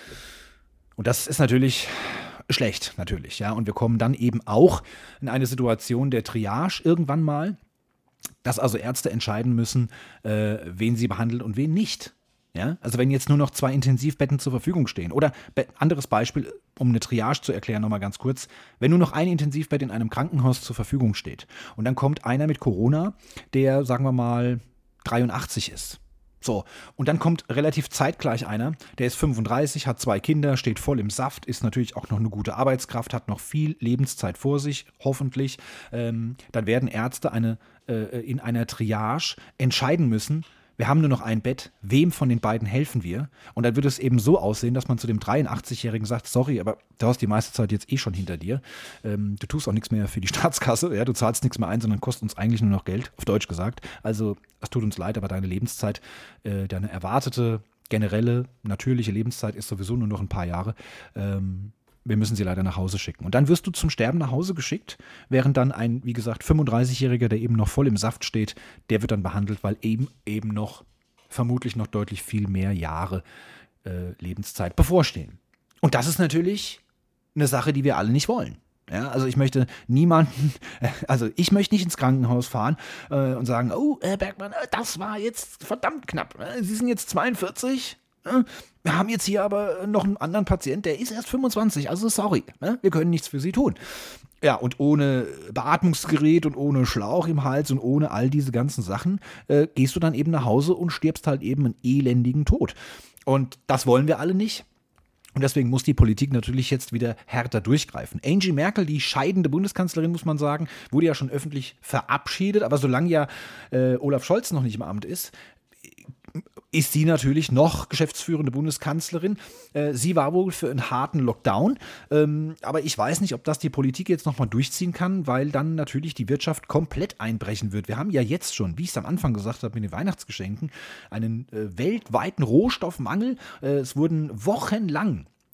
Und das ist natürlich schlecht, natürlich, ja. Und wir kommen dann eben auch in eine Situation der Triage irgendwann mal, dass also Ärzte entscheiden müssen, äh, wen sie behandeln und wen nicht. Ja? Also wenn jetzt nur noch zwei Intensivbetten zur Verfügung stehen. Oder be- anderes Beispiel, um eine Triage zu erklären, nochmal ganz kurz. Wenn nur noch ein Intensivbett in einem Krankenhaus zur Verfügung steht und dann kommt einer mit Corona, der, sagen wir mal, dreiundachtzig ist. So, und dann kommt relativ zeitgleich einer, der ist fünfunddreißig, hat zwei Kinder, steht voll im Saft, ist natürlich auch noch eine gute Arbeitskraft, hat noch viel Lebenszeit vor sich, hoffentlich. Ähm, dann werden Ärzte eine, äh, in einer Triage entscheiden müssen, wir haben nur noch ein Bett, wem von den beiden helfen wir? Und dann wird es eben so aussehen, dass man zu dem dreiundachtzigjährigen sagt, sorry, aber du hast die meiste Zeit jetzt eh schon hinter dir. Ähm, du tust auch nichts mehr für die Staatskasse, ja, du zahlst nichts mehr ein, sondern kostet uns eigentlich nur noch Geld, auf Deutsch gesagt. Also es tut uns leid, aber deine Lebenszeit, äh, deine erwartete, generelle, natürliche Lebenszeit ist sowieso nur noch ein paar Jahre. Ähm, wir müssen sie leider nach Hause schicken. Und dann wirst du zum Sterben nach Hause geschickt, während dann ein, wie gesagt, fünfunddreißigjähriger, der eben noch voll im Saft steht, der wird dann behandelt, weil eben eben noch, vermutlich noch deutlich viel mehr Jahre äh, Lebenszeit bevorstehen. Und das ist natürlich eine Sache, die wir alle nicht wollen. Ja, also ich möchte niemanden, also ich möchte nicht ins Krankenhaus fahren äh, und sagen, oh, Herr Bergmann, das war jetzt verdammt knapp. Sie sind jetzt zweiundvierzig. Wir haben jetzt hier aber noch einen anderen Patienten, der ist erst fünfundzwanzig, also sorry, ne? Wir können nichts für Sie tun. Ja, und ohne Beatmungsgerät und ohne Schlauch im Hals und ohne all diese ganzen Sachen äh, gehst du dann eben nach Hause und stirbst halt eben einen elendigen Tod. Und das wollen wir alle nicht. Und deswegen muss die Politik natürlich jetzt wieder härter durchgreifen. Angie Merkel, die scheidende Bundeskanzlerin, muss man sagen, wurde ja schon öffentlich verabschiedet. Aber solange ja äh, Olaf Scholz noch nicht im Amt ist, ist sie natürlich noch geschäftsführende Bundeskanzlerin. Äh, sie war wohl für einen harten Lockdown. Ähm, aber ich weiß nicht, ob das die Politik jetzt nochmal durchziehen kann, weil dann natürlich die Wirtschaft komplett einbrechen wird. Wir haben ja jetzt schon, wie ich es am Anfang gesagt habe, mit den Weihnachtsgeschenken, einen äh, weltweiten Rohstoffmangel. Äh, es wurden wochenlang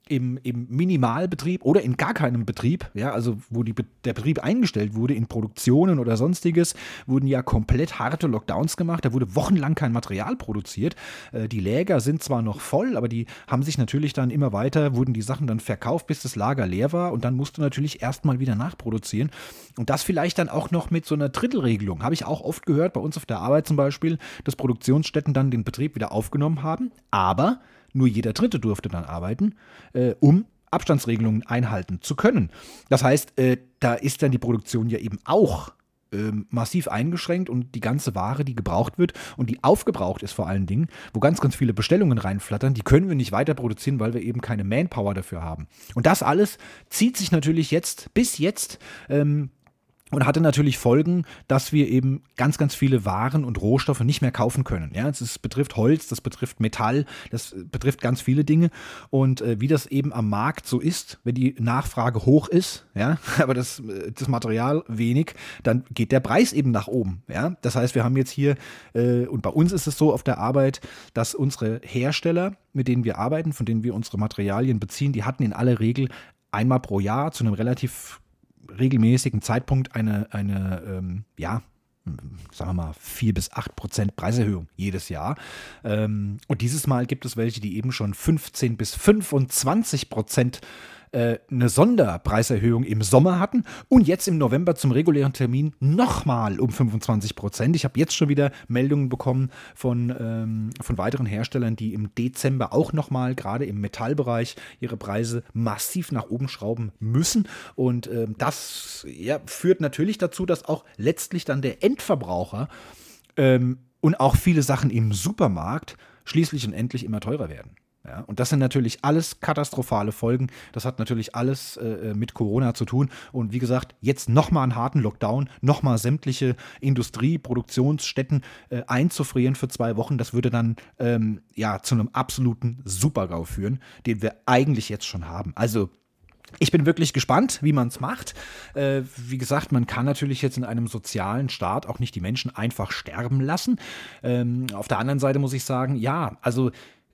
im, im Minimalbetrieb oder in gar keinem Betrieb, ja, also wo die, der Betrieb eingestellt wurde, in Produktionen oder sonstiges, wurden ja komplett harte Lockdowns gemacht, da wurde wochenlang kein Material produziert. Äh, die Läger sind zwar noch voll, aber die haben sich natürlich dann immer weiter, wurden die Sachen dann verkauft, bis das Lager leer war und dann musst du natürlich erstmal wieder nachproduzieren. Und das vielleicht dann auch noch mit so einer Drittelregelung, habe ich auch oft gehört, bei uns auf der Arbeit zum Beispiel, dass Produktionsstätten dann den Betrieb wieder aufgenommen haben, aber nur jeder Dritte durfte dann arbeiten, äh, um Abstandsregelungen einhalten zu können. Das heißt, äh, da ist dann die Produktion ja eben auch äh, massiv eingeschränkt und die ganze Ware, die gebraucht wird und die aufgebraucht ist vor allen Dingen, wo ganz, ganz viele Bestellungen reinflattern, die können wir nicht weiter produzieren, weil wir eben keine Manpower dafür haben. Und das alles zieht sich natürlich jetzt, bis jetzt, ähm, und hatte natürlich Folgen, dass wir eben ganz, ganz viele Waren und Rohstoffe nicht mehr kaufen können. Ja, das betrifft Holz, das betrifft Metall, das betrifft ganz viele Dinge. Und äh, wie das eben am Markt so ist, wenn die Nachfrage hoch ist, ja, aber das, das Material wenig, dann geht der Preis eben nach oben. Ja, das heißt, wir haben jetzt hier, äh, und bei uns ist es so auf der Arbeit, dass unsere Hersteller, mit denen wir arbeiten, von denen wir unsere Materialien beziehen, die hatten in aller Regel einmal pro Jahr zu einem relativ regelmäßigen Zeitpunkt eine, eine ähm, ja, sagen wir mal, vier bis acht Prozent Preiserhöhung jedes Jahr. Ähm, und dieses Mal gibt es welche, die eben schon fünfzehn bis fünfundzwanzig Prozent äh, eine Sonderpreiserhöhung im Sommer hatten und jetzt im November zum regulären Termin nochmal um fünfundzwanzig Prozent. Ich habe jetzt schon wieder Meldungen bekommen von, ähm, von weiteren Herstellern, die im Dezember auch nochmal, gerade im Metallbereich, ihre Preise massiv nach oben schrauben müssen. Und ähm, das ja, führt natürlich dazu, dass auch letztlich dann der Endverbraucher ähm, und auch viele Sachen im Supermarkt schließlich und endlich immer teurer werden. Ja, und das sind natürlich alles katastrophale Folgen. Das hat natürlich alles äh, mit Corona zu tun. Und wie gesagt, jetzt nochmal einen harten Lockdown, nochmal sämtliche Industrie-, Produktionsstätten äh, einzufrieren für zwei Wochen. Das würde dann ähm, ja zu einem absoluten Super-GAU führen, den wir eigentlich jetzt schon haben. Also ich bin wirklich gespannt, wie man es macht. Äh, wie gesagt, man kann natürlich jetzt in einem sozialen Staat auch nicht die Menschen einfach sterben lassen. Ähm, auf der anderen Seite muss ich sagen, ja, also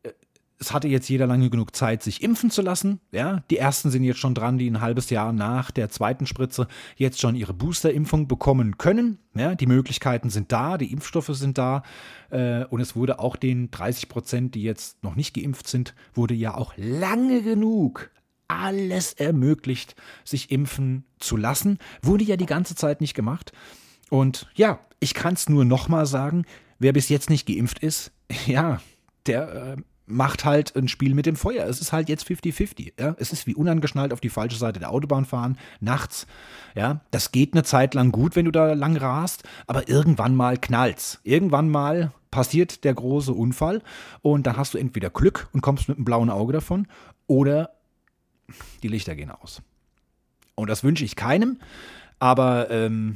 es hatte jetzt jeder lange genug Zeit, sich impfen zu lassen. Ja, die ersten sind jetzt schon dran, die ein halbes Jahr nach der zweiten Spritze jetzt schon ihre Boosterimpfung bekommen können. Ja, die Möglichkeiten sind da, die Impfstoffe sind da. Äh, und es wurde auch den dreißig Prozent, die jetzt noch nicht geimpft sind, wurde ja auch lange genug alles ermöglicht, sich impfen zu lassen. Wurde ja die ganze Zeit nicht gemacht. Und ja, ich kann es nur nochmal sagen, wer bis jetzt nicht geimpft ist, ja, der äh, macht halt ein Spiel mit dem Feuer. Es ist halt jetzt fünfzig fünfzig. Ja? Es ist wie unangeschnallt auf die falsche Seite der Autobahn fahren, nachts. Ja? Das geht eine Zeit lang gut, wenn du da lang rast, aber irgendwann mal knallt's. Irgendwann mal passiert der große Unfall und dann hast du entweder Glück und kommst mit einem blauen Auge davon oder die Lichter gehen aus. Und das wünsche ich keinem, aber ähm,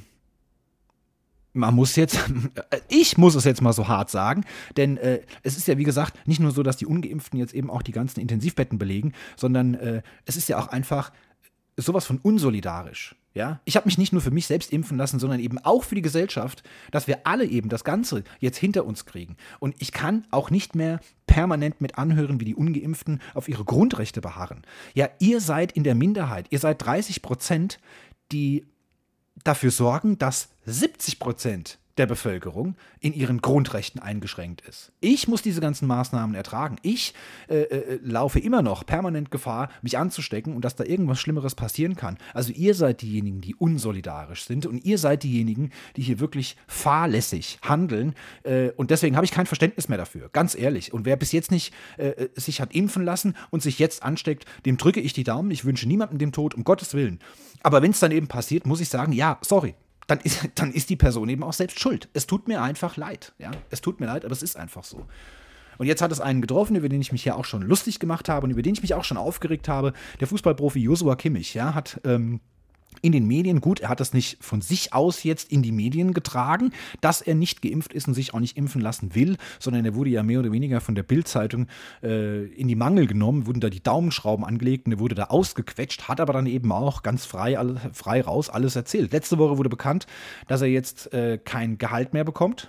man muss jetzt, ich muss es jetzt mal so hart sagen, denn äh, es ist ja wie gesagt nicht nur so, dass die Ungeimpften jetzt eben auch die ganzen Intensivbetten belegen, sondern äh, es ist ja auch einfach sowas von unsolidarisch. Ja? Ich habe mich nicht nur für mich selbst impfen lassen, sondern eben auch für die Gesellschaft, dass wir alle eben das Ganze jetzt hinter uns kriegen. Und ich kann auch nicht mehr permanent mit anhören, wie die Ungeimpften auf ihre Grundrechte beharren. Ja, ihr seid in der Minderheit, ihr seid dreißig Prozent, die dafür sorgen, dass siebzig Prozent der Bevölkerung in ihren Grundrechten eingeschränkt ist. Ich muss diese ganzen Maßnahmen ertragen. Ich äh, äh, laufe immer noch permanent Gefahr, mich anzustecken und dass da irgendwas Schlimmeres passieren kann. Also ihr seid diejenigen, die unsolidarisch sind und ihr seid diejenigen, die hier wirklich fahrlässig handeln äh, und deswegen habe ich kein Verständnis mehr dafür, ganz ehrlich. Und wer bis jetzt nicht äh, sich hat impfen lassen und sich jetzt ansteckt, dem drücke ich die Daumen. Ich wünsche niemandem den Tod, um Gottes Willen. Aber wenn es dann eben passiert, muss ich sagen, ja, sorry. Dann ist, dann ist die Person eben auch selbst schuld. Es tut mir einfach leid. Ja? Es tut mir leid, aber es ist einfach so. Und jetzt hat es einen getroffen, über den ich mich ja auch schon lustig gemacht habe und über den ich mich auch schon aufgeregt habe. Der Fußballprofi Joshua Kimmich, ja, hat ähm, in den Medien, gut, er hat das nicht von sich aus jetzt in die Medien getragen, dass er nicht geimpft ist und sich auch nicht impfen lassen will, sondern er wurde ja mehr oder weniger von der Bild-Zeitung äh, in die Mangel genommen, wurden da die Daumenschrauben angelegt und er wurde da ausgequetscht, hat aber dann eben auch ganz frei, alle, frei raus alles erzählt. Letzte Woche wurde bekannt, dass er jetzt äh, kein Gehalt mehr bekommt.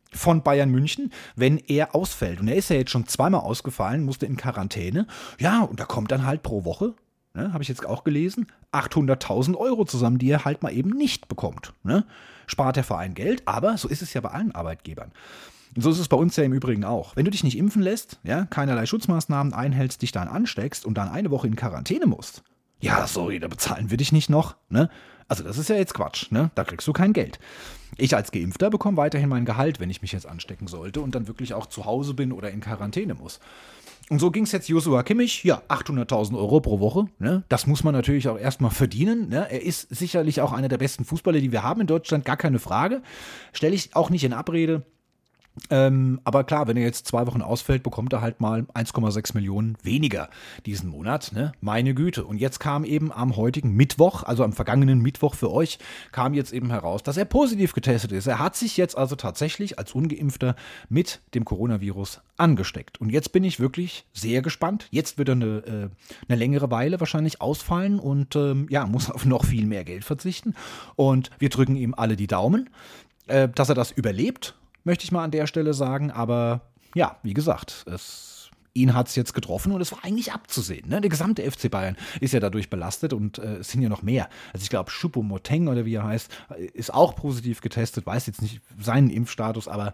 von Bayern München, wenn er ausfällt. Und er ist ja jetzt schon zweimal ausgefallen, musste in Quarantäne. Ja, und da kommt dann halt pro Woche, ne, habe ich jetzt auch gelesen, achthunderttausend Euro zusammen, die er halt mal eben nicht bekommt. Ne? Spart der Verein Geld, aber so ist es ja bei allen Arbeitgebern. Und so ist es bei uns ja im Übrigen auch. Wenn du dich nicht impfen lässt, ja, keinerlei Schutzmaßnahmen einhältst, dich dann ansteckst und dann eine Woche in Quarantäne musst, ja, sorry, da bezahlen wir dich nicht noch, ne? Also das ist ja jetzt Quatsch, ne? Da kriegst du kein Geld. Ich als Geimpfter bekomme weiterhin mein Gehalt, wenn ich mich jetzt anstecken sollte und dann wirklich auch zu Hause bin oder in Quarantäne muss. Und so ging es jetzt Joshua Kimmich, ja, achthunderttausend Euro pro Woche, ne? Das muss man natürlich auch erstmal verdienen, ne? Er ist sicherlich auch einer der besten Fußballer, die wir haben in Deutschland, gar keine Frage. Stelle ich auch nicht in Abrede. Ähm, aber klar, wenn er jetzt zwei Wochen ausfällt, bekommt er halt mal eins Komma sechs Millionen weniger diesen Monat, ne? Meine Güte. Und jetzt kam eben am heutigen Mittwoch, also am vergangenen Mittwoch für euch, kam jetzt eben heraus, dass er positiv getestet ist. Er hat sich jetzt also tatsächlich als Ungeimpfter mit dem Coronavirus angesteckt. Und jetzt bin ich wirklich sehr gespannt. Jetzt wird er eine, äh, eine längere Weile wahrscheinlich ausfallen und ähm, ja, muss auf noch viel mehr Geld verzichten. Und wir drücken ihm alle die Daumen, äh, dass er das überlebt, möchte ich mal an der Stelle sagen, aber ja, wie gesagt, es, ihn hat es jetzt getroffen und es war eigentlich abzusehen. Ne? Der gesamte F C Bayern ist ja dadurch belastet und äh, es sind ja noch mehr. Also ich glaube, Choupo-Moting oder wie er heißt, ist auch positiv getestet, weiß jetzt nicht seinen Impfstatus, aber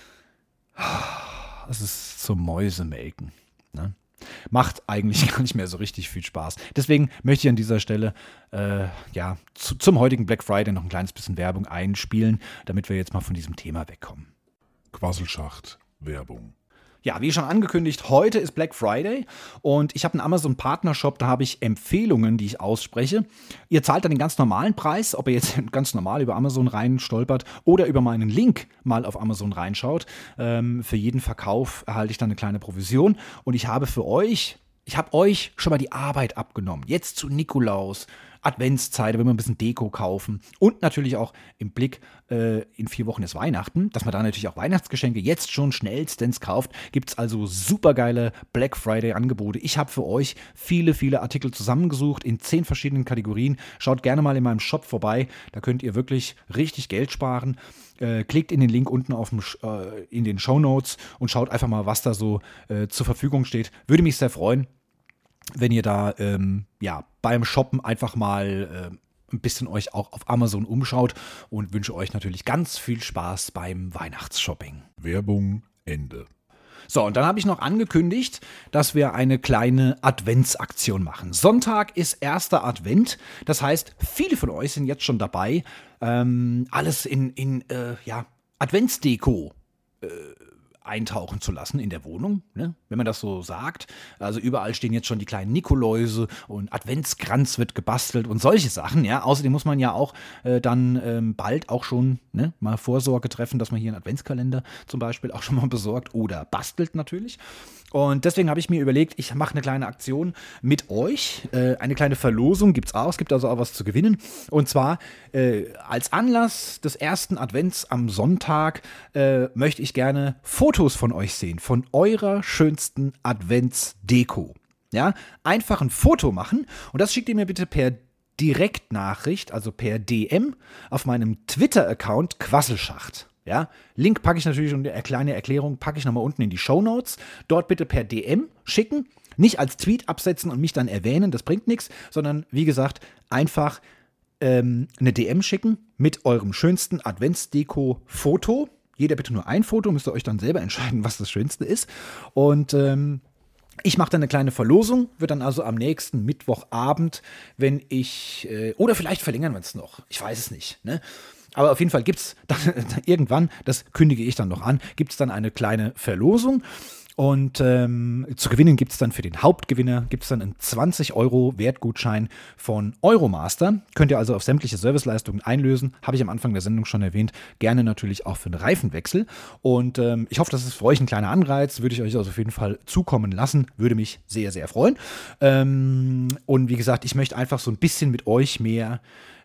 es ist zum Mäusemelken. Ne? Macht eigentlich gar nicht mehr so richtig viel Spaß. Deswegen möchte ich an dieser Stelle äh, ja, zu, zum heutigen Black Friday noch ein kleines bisschen Werbung einspielen, damit wir jetzt mal von diesem Thema wegkommen. Quasselschacht Werbung. Ja, wie schon angekündigt, heute ist Black Friday und ich habe einen Amazon-Partnershop, da habe ich Empfehlungen, die ich ausspreche. Ihr zahlt dann den ganz normalen Preis, ob ihr jetzt ganz normal über Amazon reinstolpert oder über meinen Link mal auf Amazon reinschaut. Ähm, für jeden Verkauf erhalte ich dann eine kleine Provision und ich habe für euch, ich habe euch schon mal die Arbeit abgenommen. Jetzt zu Nikolaus, Adventszeit, wenn wir ein bisschen Deko kaufen und natürlich auch im Blick, äh, in vier Wochen ist Weihnachten, dass man da natürlich auch Weihnachtsgeschenke jetzt schon schnellstens kauft, gibt es also supergeile Black Friday Angebote. Ich habe für euch viele, viele Artikel zusammengesucht in zehn verschiedenen Kategorien. Schaut gerne mal in meinem Shop vorbei, da könnt ihr wirklich richtig Geld sparen. Äh, klickt in den Link unten auf dem, äh, in den Shownotes und schaut einfach mal, was da so äh, zur Verfügung steht. Würde mich sehr freuen, wenn ihr da ähm, ja, beim Shoppen einfach mal äh, ein bisschen euch auch auf Amazon umschaut und wünsche euch natürlich ganz viel Spaß beim Weihnachtsshopping. Werbung Ende. So, und dann habe ich noch angekündigt, dass wir eine kleine Adventsaktion machen. Sonntag ist erster Advent, das heißt, viele von euch sind jetzt schon dabei, ähm, alles in, in äh, ja, Adventsdeko äh, eintauchen zu lassen in der Wohnung, ne? Wenn man das so sagt. Also überall stehen jetzt schon die kleinen Nikoläuse und Adventskranz wird gebastelt und solche Sachen. Ja? Außerdem muss man ja auch äh, dann ähm, bald auch schon ne, mal Vorsorge treffen, dass man hier einen Adventskalender zum Beispiel auch schon mal besorgt oder bastelt natürlich. Und deswegen habe ich mir überlegt, ich mache eine kleine Aktion mit euch. Äh, eine kleine Verlosung gibt es auch. Es gibt also auch was zu gewinnen. Und zwar äh, als Anlass des ersten Advents am Sonntag äh, möchte ich gerne Fotos von euch sehen, von eurer schönsten Adventsdeko. Ja, einfach ein Foto machen und das schickt ihr mir bitte per Direktnachricht, also per D M auf meinem Twitter-Account Quasselschacht. Ja, Link packe ich natürlich und eine kleine Erklärung packe ich nochmal unten in die Shownotes. Dort bitte per D M schicken, nicht als Tweet absetzen und mich dann erwähnen, das bringt nichts, sondern wie gesagt, einfach ähm, eine D M schicken mit eurem schönsten Adventsdeko-Foto. Jeder bitte nur ein Foto, müsst ihr euch dann selber entscheiden, was das Schönste ist. Und ähm, ich mache dann eine kleine Verlosung, wird dann also am nächsten Mittwochabend, wenn ich, äh, oder vielleicht verlängern wir es noch, ich weiß es nicht, ne? Aber auf jeden Fall gibt es dann irgendwann, das kündige ich dann noch an, gibt es dann eine kleine Verlosung. Und ähm, zu gewinnen gibt es dann für den Hauptgewinner gibt es dann einen zwanzig Euro Wertgutschein von Euromaster. Könnt ihr also auf sämtliche Serviceleistungen einlösen. Habe ich am Anfang der Sendung schon erwähnt. Gerne natürlich auch für einen Reifenwechsel. Und ähm, ich hoffe, das ist für euch ein kleiner Anreiz. Würde ich euch also auf jeden Fall zukommen lassen. Würde mich sehr, sehr freuen. Ähm, und wie gesagt, ich möchte einfach so ein bisschen mit euch mehr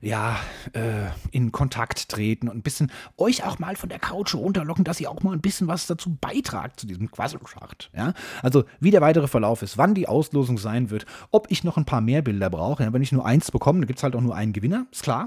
ja, äh, in Kontakt treten und ein bisschen euch auch mal von der Couch runterlocken, dass ihr auch mal ein bisschen was dazu beitragt zu diesem Quasselschacht. Ja? Also wie der weitere Verlauf ist, wann die Auslosung sein wird, ob ich noch ein paar mehr Bilder brauche. Ja? Wenn ich nur eins bekomme, dann gibt es halt auch nur einen Gewinner, ist klar.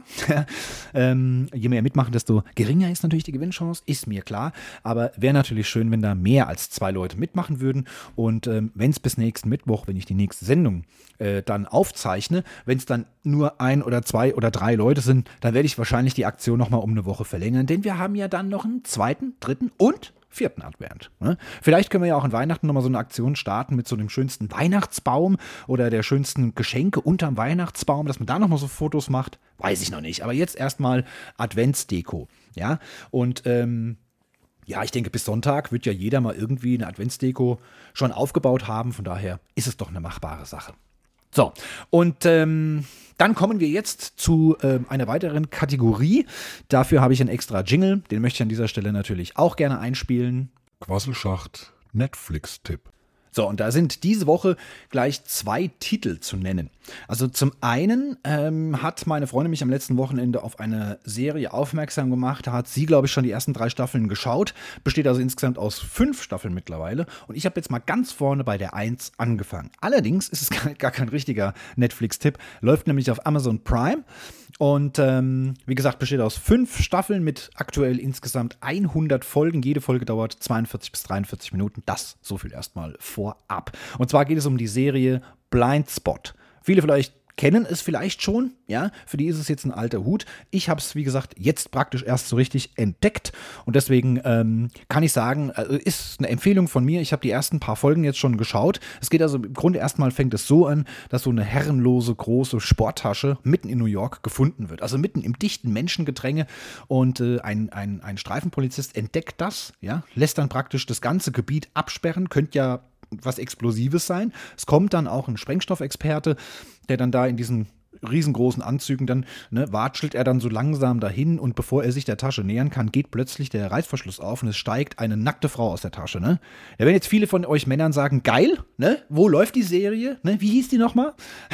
ähm, je mehr mitmachen, desto geringer ist natürlich die Gewinnchance, ist mir klar. Aber wäre natürlich schön, wenn da mehr als zwei Leute mitmachen würden. Und ähm, wenn es bis nächsten Mittwoch, wenn ich die nächste Sendung äh, dann aufzeichne, wenn es dann nur ein oder zwei oder drei Leute sind, dann werde ich wahrscheinlich die Aktion nochmal um eine Woche verlängern, denn wir haben ja dann noch einen zweiten, dritten und vierten Advent. Ne? Vielleicht können wir ja auch an Weihnachten nochmal so eine Aktion starten mit so dem schönsten Weihnachtsbaum oder der schönsten Geschenke unterm Weihnachtsbaum, dass man da nochmal so Fotos macht, weiß ich noch nicht. Aber jetzt erstmal Adventsdeko. Ja, und ähm, ja, ich denke, bis Sonntag wird ja jeder mal irgendwie eine Adventsdeko schon aufgebaut haben. Von daher ist es doch eine machbare Sache. So, und ähm, dann kommen wir jetzt zu ähm, einer weiteren Kategorie. Dafür habe ich einen extra Jingle. Den möchte ich an dieser Stelle natürlich auch gerne einspielen. Quasselschacht Netflix-Tipp. So, und da sind diese Woche gleich zwei Titel zu nennen. Also zum einen ähm, hat meine Freundin mich am letzten Wochenende auf eine Serie aufmerksam gemacht. Da hat sie, glaube ich, schon die ersten drei Staffeln geschaut. Besteht also insgesamt aus fünf Staffeln mittlerweile. Und ich habe jetzt mal ganz vorne bei der eins angefangen. Allerdings ist es gar, gar kein richtiger Netflix-Tipp. Läuft nämlich auf Amazon Prime. Und ähm, wie gesagt, besteht aus fünf Staffeln mit aktuell insgesamt hundert Folgen. Jede Folge dauert zweiundvierzig bis dreiundvierzig Minuten. Das so viel erstmal vorab. Und zwar geht es um die Serie Blind Spot. Viele vielleicht kennen es vielleicht schon, ja, für die ist es jetzt ein alter Hut. Ich habe es, wie gesagt, jetzt praktisch erst so richtig entdeckt und deswegen ähm, kann ich sagen, äh, ist eine Empfehlung von mir. Ich habe die ersten paar Folgen jetzt schon geschaut. Es geht also im Grunde erstmal, fängt es so an, dass so eine herrenlose, große Sporttasche mitten in New York gefunden wird. Also mitten im dichten Menschengedränge und äh, ein, ein, ein Streifenpolizist entdeckt das, ja, lässt dann praktisch das ganze Gebiet absperren, könnte ja was Explosives sein. Es kommt dann auch ein Sprengstoffexperte, der dann da in diesen riesengroßen Anzügen dann, ne, watschelt er dann so langsam dahin und bevor er sich der Tasche nähern kann, geht plötzlich der Reißverschluss auf und es steigt eine nackte Frau aus der Tasche, ne? Da werden jetzt viele von euch Männern sagen, geil, ne? Wo läuft die Serie? Ne? Wie hieß die nochmal?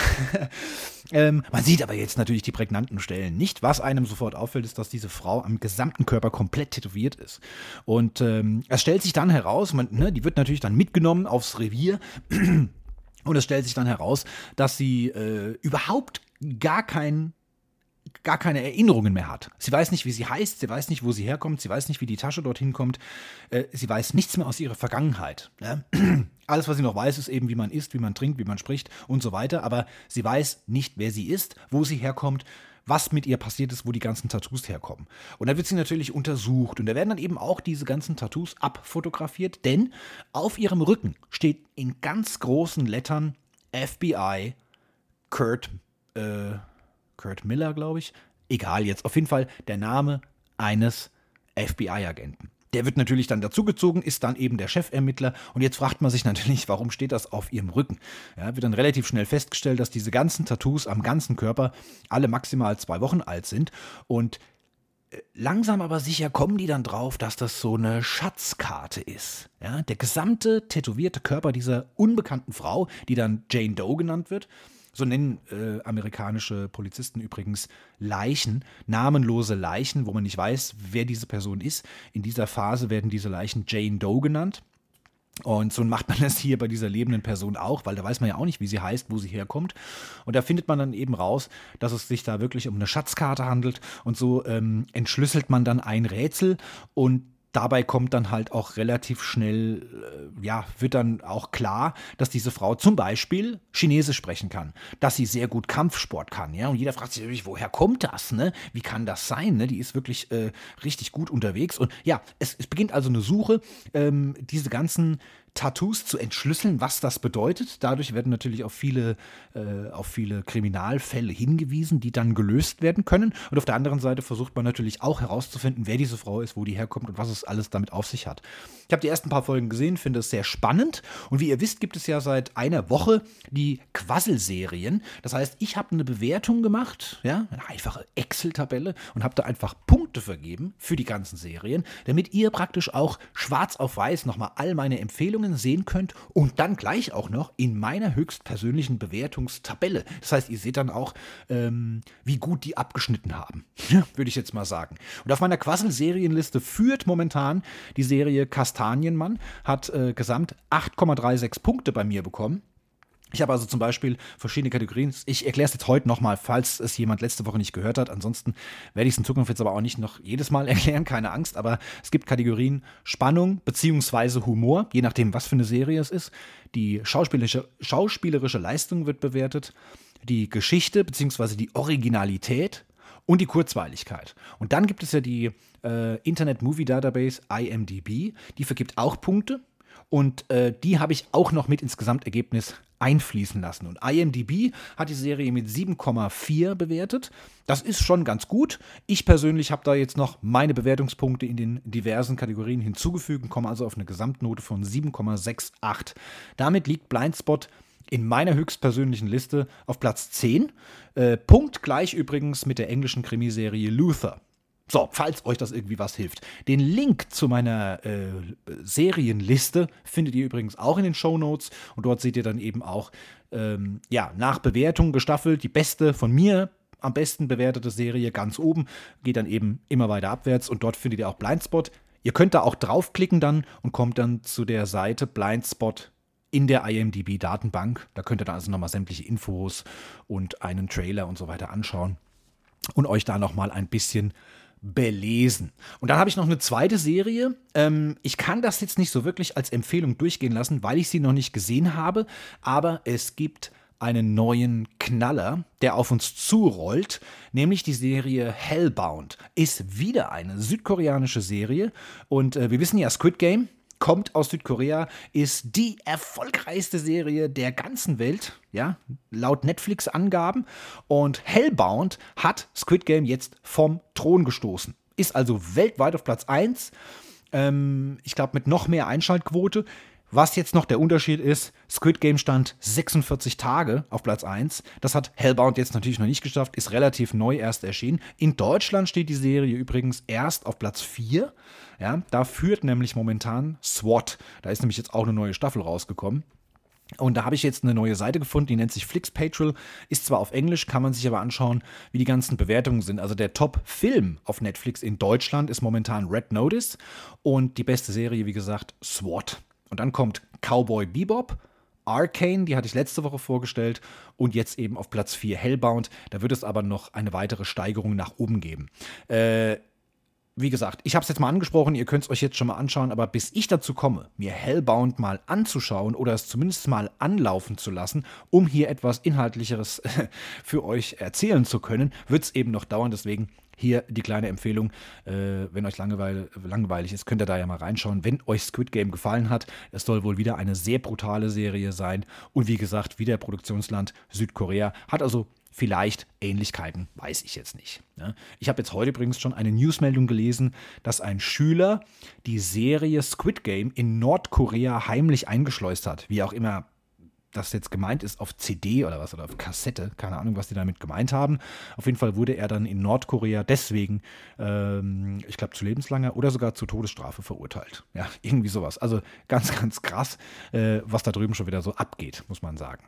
ähm, man sieht aber jetzt natürlich die prägnanten Stellen nicht. Was einem sofort auffällt, ist, dass diese Frau am gesamten Körper komplett tätowiert ist. Und ähm, es stellt sich dann heraus, man, ne, die wird natürlich dann mitgenommen aufs Revier und es stellt sich dann heraus, dass sie äh, überhaupt gar kein, gar keine Erinnerungen mehr hat. Sie weiß nicht, wie sie heißt, sie weiß nicht, wo sie herkommt, sie weiß nicht, wie die Tasche dorthin kommt, äh, sie weiß nichts mehr aus ihrer Vergangenheit. Ne? Alles, was sie noch weiß, ist eben, wie man isst, wie man trinkt, wie man spricht und so weiter, aber sie weiß nicht, wer sie ist, wo sie herkommt, was mit ihr passiert ist, wo die ganzen Tattoos herkommen. Und da wird sie natürlich untersucht und da werden dann eben auch diese ganzen Tattoos abfotografiert, denn auf ihrem Rücken steht in ganz großen Lettern F B I Kurt Äh, Kurt Miller, glaube ich. Egal jetzt. Auf jeden Fall der Name eines F B I-Agenten. Der wird natürlich dann dazugezogen, ist dann eben der Chefermittler. Und jetzt fragt man sich natürlich, warum steht das auf ihrem Rücken? Ja, wird dann relativ schnell festgestellt, dass diese ganzen Tattoos am ganzen Körper alle maximal zwei Wochen alt sind. Und langsam aber sicher kommen die dann drauf, dass das so eine Schatzkarte ist. Ja, der gesamte tätowierte Körper dieser unbekannten Frau, die dann Jane Doe genannt wird. So nennen äh, amerikanische Polizisten übrigens Leichen, namenlose Leichen, wo man nicht weiß, wer diese Person ist. In dieser Phase werden diese Leichen Jane Doe genannt. Und so macht man das hier bei dieser lebenden Person auch, weil da weiß man ja auch nicht, wie sie heißt, wo sie herkommt. Und da findet man dann eben raus, dass es sich da wirklich um eine Schatzkarte handelt. Und so ähm, entschlüsselt man dann ein Rätsel und dabei kommt dann halt auch relativ schnell, äh, ja, wird dann auch klar, dass diese Frau zum Beispiel Chinesisch sprechen kann, dass sie sehr gut Kampfsport kann, ja, und jeder fragt sich natürlich, woher kommt das, ne, wie kann das sein, ne, die ist wirklich äh, richtig gut unterwegs und ja, es, es beginnt also eine Suche, ähm, diese ganzen Tattoos zu entschlüsseln, was das bedeutet. Dadurch werden natürlich auf viele, äh, auf viele Kriminalfälle hingewiesen, die dann gelöst werden können. Und auf der anderen Seite versucht man natürlich auch herauszufinden, wer diese Frau ist, wo die herkommt und was es alles damit auf sich hat. Ich habe die ersten paar Folgen gesehen, finde es sehr spannend. Und wie ihr wisst, gibt es ja seit einer Woche die Quassel-Serien. Das heißt, ich habe eine Bewertung gemacht, ja, eine einfache Excel-Tabelle und habe da einfach Punkte vergeben für die ganzen Serien, damit ihr praktisch auch schwarz auf weiß nochmal all meine Empfehlungen Bewertungen sehen könnt und dann gleich auch noch in meiner höchstpersönlichen Bewertungstabelle. Das heißt, ihr seht dann auch, ähm, wie gut die abgeschnitten haben, würde ich jetzt mal sagen. Und auf meiner Quassel-Serienliste führt momentan die Serie Kastanienmann, hat äh, gesamt acht Komma sechsunddreißig Punkte bei mir bekommen. Ich habe also zum Beispiel verschiedene Kategorien. Ich erkläre es jetzt heute nochmal, falls es jemand letzte Woche nicht gehört hat. Ansonsten werde ich es in Zukunft jetzt aber auch nicht noch jedes Mal erklären, keine Angst. Aber es gibt Kategorien Spannung bzw. Humor, je nachdem, was für eine Serie es ist. Die schauspielerische, schauspielerische Leistung wird bewertet, die Geschichte bzw. die Originalität und die Kurzweiligkeit. Und dann gibt es ja die äh, Internet Movie Database I M D B, die vergibt auch Punkte. Und äh, die habe ich auch noch mit ins Gesamtergebnis einfließen lassen. Und I M D B hat die Serie mit sieben Komma vier bewertet. Das ist schon ganz gut. Ich persönlich habe da jetzt noch meine Bewertungspunkte in den diversen Kategorien hinzugefügt und komme also auf eine Gesamtnote von sieben Komma achtundsiebzig. Damit liegt Blindspot in meiner höchstpersönlichen Liste auf Platz zehn. Äh, punktgleich übrigens mit der englischen Krimiserie Luther. So, falls euch das irgendwie was hilft. Den Link zu meiner äh, Serienliste findet ihr übrigens auch in den Shownotes und dort seht ihr dann eben auch ähm, ja, nach Bewertung gestaffelt die beste von mir am besten bewertete Serie ganz oben, geht dann eben immer weiter abwärts und dort findet ihr auch Blindspot. Ihr könnt da auch draufklicken dann und kommt dann zu der Seite Blindspot in der I M D B-Datenbank. Da könnt ihr dann also nochmal sämtliche Infos und einen Trailer und so weiter anschauen und euch da nochmal ein bisschen belesen. Und dann habe ich noch eine zweite Serie. Ähm, ich kann das jetzt nicht so wirklich als Empfehlung durchgehen lassen, weil ich sie noch nicht gesehen habe, aber es gibt einen neuen Knaller, der auf uns zurollt, nämlich die Serie Hellbound. Ist wieder eine südkoreanische Serie und äh, wir wissen ja, Squid Game kommt aus Südkorea, ist die erfolgreichste Serie der ganzen Welt, ja, laut Netflix-Angaben. Und Hellbound hat Squid Game jetzt vom Thron gestoßen. Ist also weltweit auf Platz eins. Ähm, ich glaube, mit noch mehr Einschaltquote. Was jetzt noch der Unterschied ist, Squid Game stand sechsundvierzig Tage auf Platz eins. Das hat Hellbound jetzt natürlich noch nicht geschafft, ist relativ neu erst erschienen. In Deutschland steht die Serie übrigens erst auf Platz vier. Ja, da führt nämlich momentan SWAT. Da ist nämlich jetzt auch eine neue Staffel rausgekommen. Und da habe ich jetzt eine neue Seite gefunden, die nennt sich Flixpatrol, ist zwar auf Englisch, kann man sich aber anschauen, wie die ganzen Bewertungen sind. Also der Top-Film auf Netflix in Deutschland ist momentan Red Notice und die beste Serie, wie gesagt, SWAT. Und dann kommt Cowboy Bebop, Arcane, die hatte ich letzte Woche vorgestellt und jetzt eben auf Platz vier Hellbound. Da wird es aber noch eine weitere Steigerung nach oben geben. Äh, wie gesagt, ich habe es jetzt mal angesprochen, ihr könnt es euch jetzt schon mal anschauen, aber bis ich dazu komme, mir Hellbound mal anzuschauen oder es zumindest mal anlaufen zu lassen, um hier etwas Inhaltlicheres für euch erzählen zu können, wird es eben noch dauern, deswegen hier die kleine Empfehlung, äh, wenn euch langeweil, langweilig ist, könnt ihr da ja mal reinschauen, wenn euch Squid Game gefallen hat. Es soll wohl wieder eine sehr brutale Serie sein und wie gesagt, wieder Produktionsland Südkorea, hat also vielleicht Ähnlichkeiten, weiß ich jetzt nicht. Ne? Ich habe jetzt heute übrigens schon eine Newsmeldung gelesen, dass ein Schüler die Serie Squid Game in Nordkorea heimlich eingeschleust hat, wie auch immer das jetzt gemeint ist, auf C D oder was, oder auf Kassette, keine Ahnung, was die damit gemeint haben. Auf jeden Fall wurde er dann in Nordkorea deswegen, ähm, ich glaube, zu lebenslanger oder sogar zur Todesstrafe verurteilt. Ja, irgendwie sowas. Also ganz, ganz krass, äh, was da drüben schon wieder so abgeht, muss man sagen.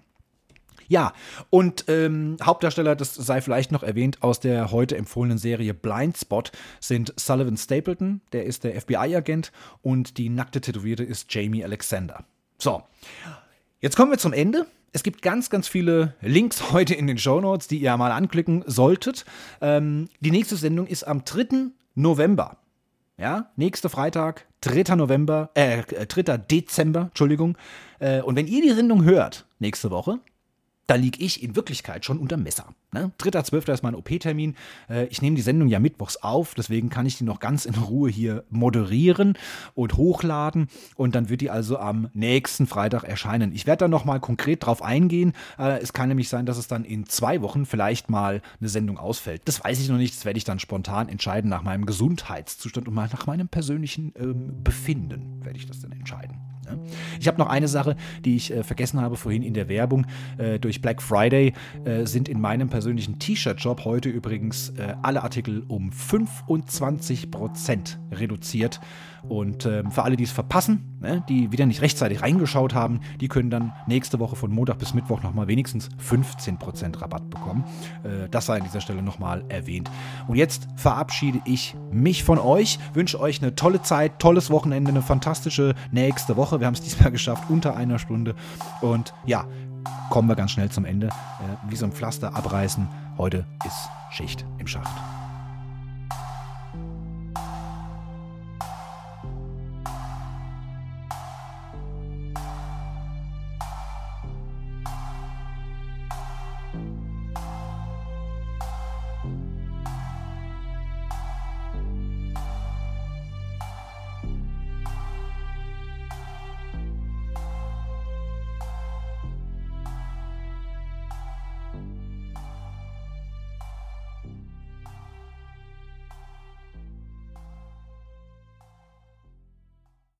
Ja, und ähm, Hauptdarsteller, das sei vielleicht noch erwähnt, aus der heute empfohlenen Serie Blindspot sind Sullivan Stapleton, der ist der F B I-Agent, und die nackte Tätowierte ist Jamie Alexander. So, jetzt kommen wir zum Ende. Es gibt ganz, ganz viele Links heute in den Shownotes, die ihr mal anklicken solltet. Ähm, die nächste Sendung ist am dritten November. Ja, nächster Freitag, dritter November, äh, dritter Dezember, Entschuldigung. Äh, und wenn ihr die Sendung hört, nächste Woche, da liege ich in Wirklichkeit schon unter Messer. Ne? dritter zwölfter ist mein O P-Termin. Äh, ich nehme die Sendung ja mittwochs auf, deswegen kann ich die noch ganz in Ruhe hier moderieren und hochladen. Und dann wird die also am nächsten Freitag erscheinen. Ich werde da nochmal konkret drauf eingehen. Äh, es kann nämlich sein, dass es dann in zwei Wochen vielleicht mal eine Sendung ausfällt. Das weiß ich noch nicht, das werde ich dann spontan entscheiden nach meinem Gesundheitszustand und mal nach meinem persönlichen ähm, Befinden werde ich das dann entscheiden. Ne? Ich habe noch eine Sache, die ich äh, vergessen habe vorhin in der Werbung. Äh, durch Black Friday äh, sind in meinem persönlichen T-Shirt-Shop heute übrigens äh, alle Artikel um fünfundzwanzig Prozent reduziert. Und ähm, für alle, die es verpassen, ne, die wieder nicht rechtzeitig reingeschaut haben, die können dann nächste Woche von Montag bis Mittwoch nochmal wenigstens fünfzehn Prozent Rabatt bekommen. Äh, das sei an dieser Stelle nochmal erwähnt. Und jetzt verabschiede ich mich von euch, wünsche euch eine tolle Zeit, tolles Wochenende, eine fantastische nächste Woche. Wir haben es diesmal geschafft, unter einer Stunde. Und ja, kommen wir ganz schnell zum Ende. Äh, wie so ein Pflaster abreißen. Heute ist Schicht im Schacht.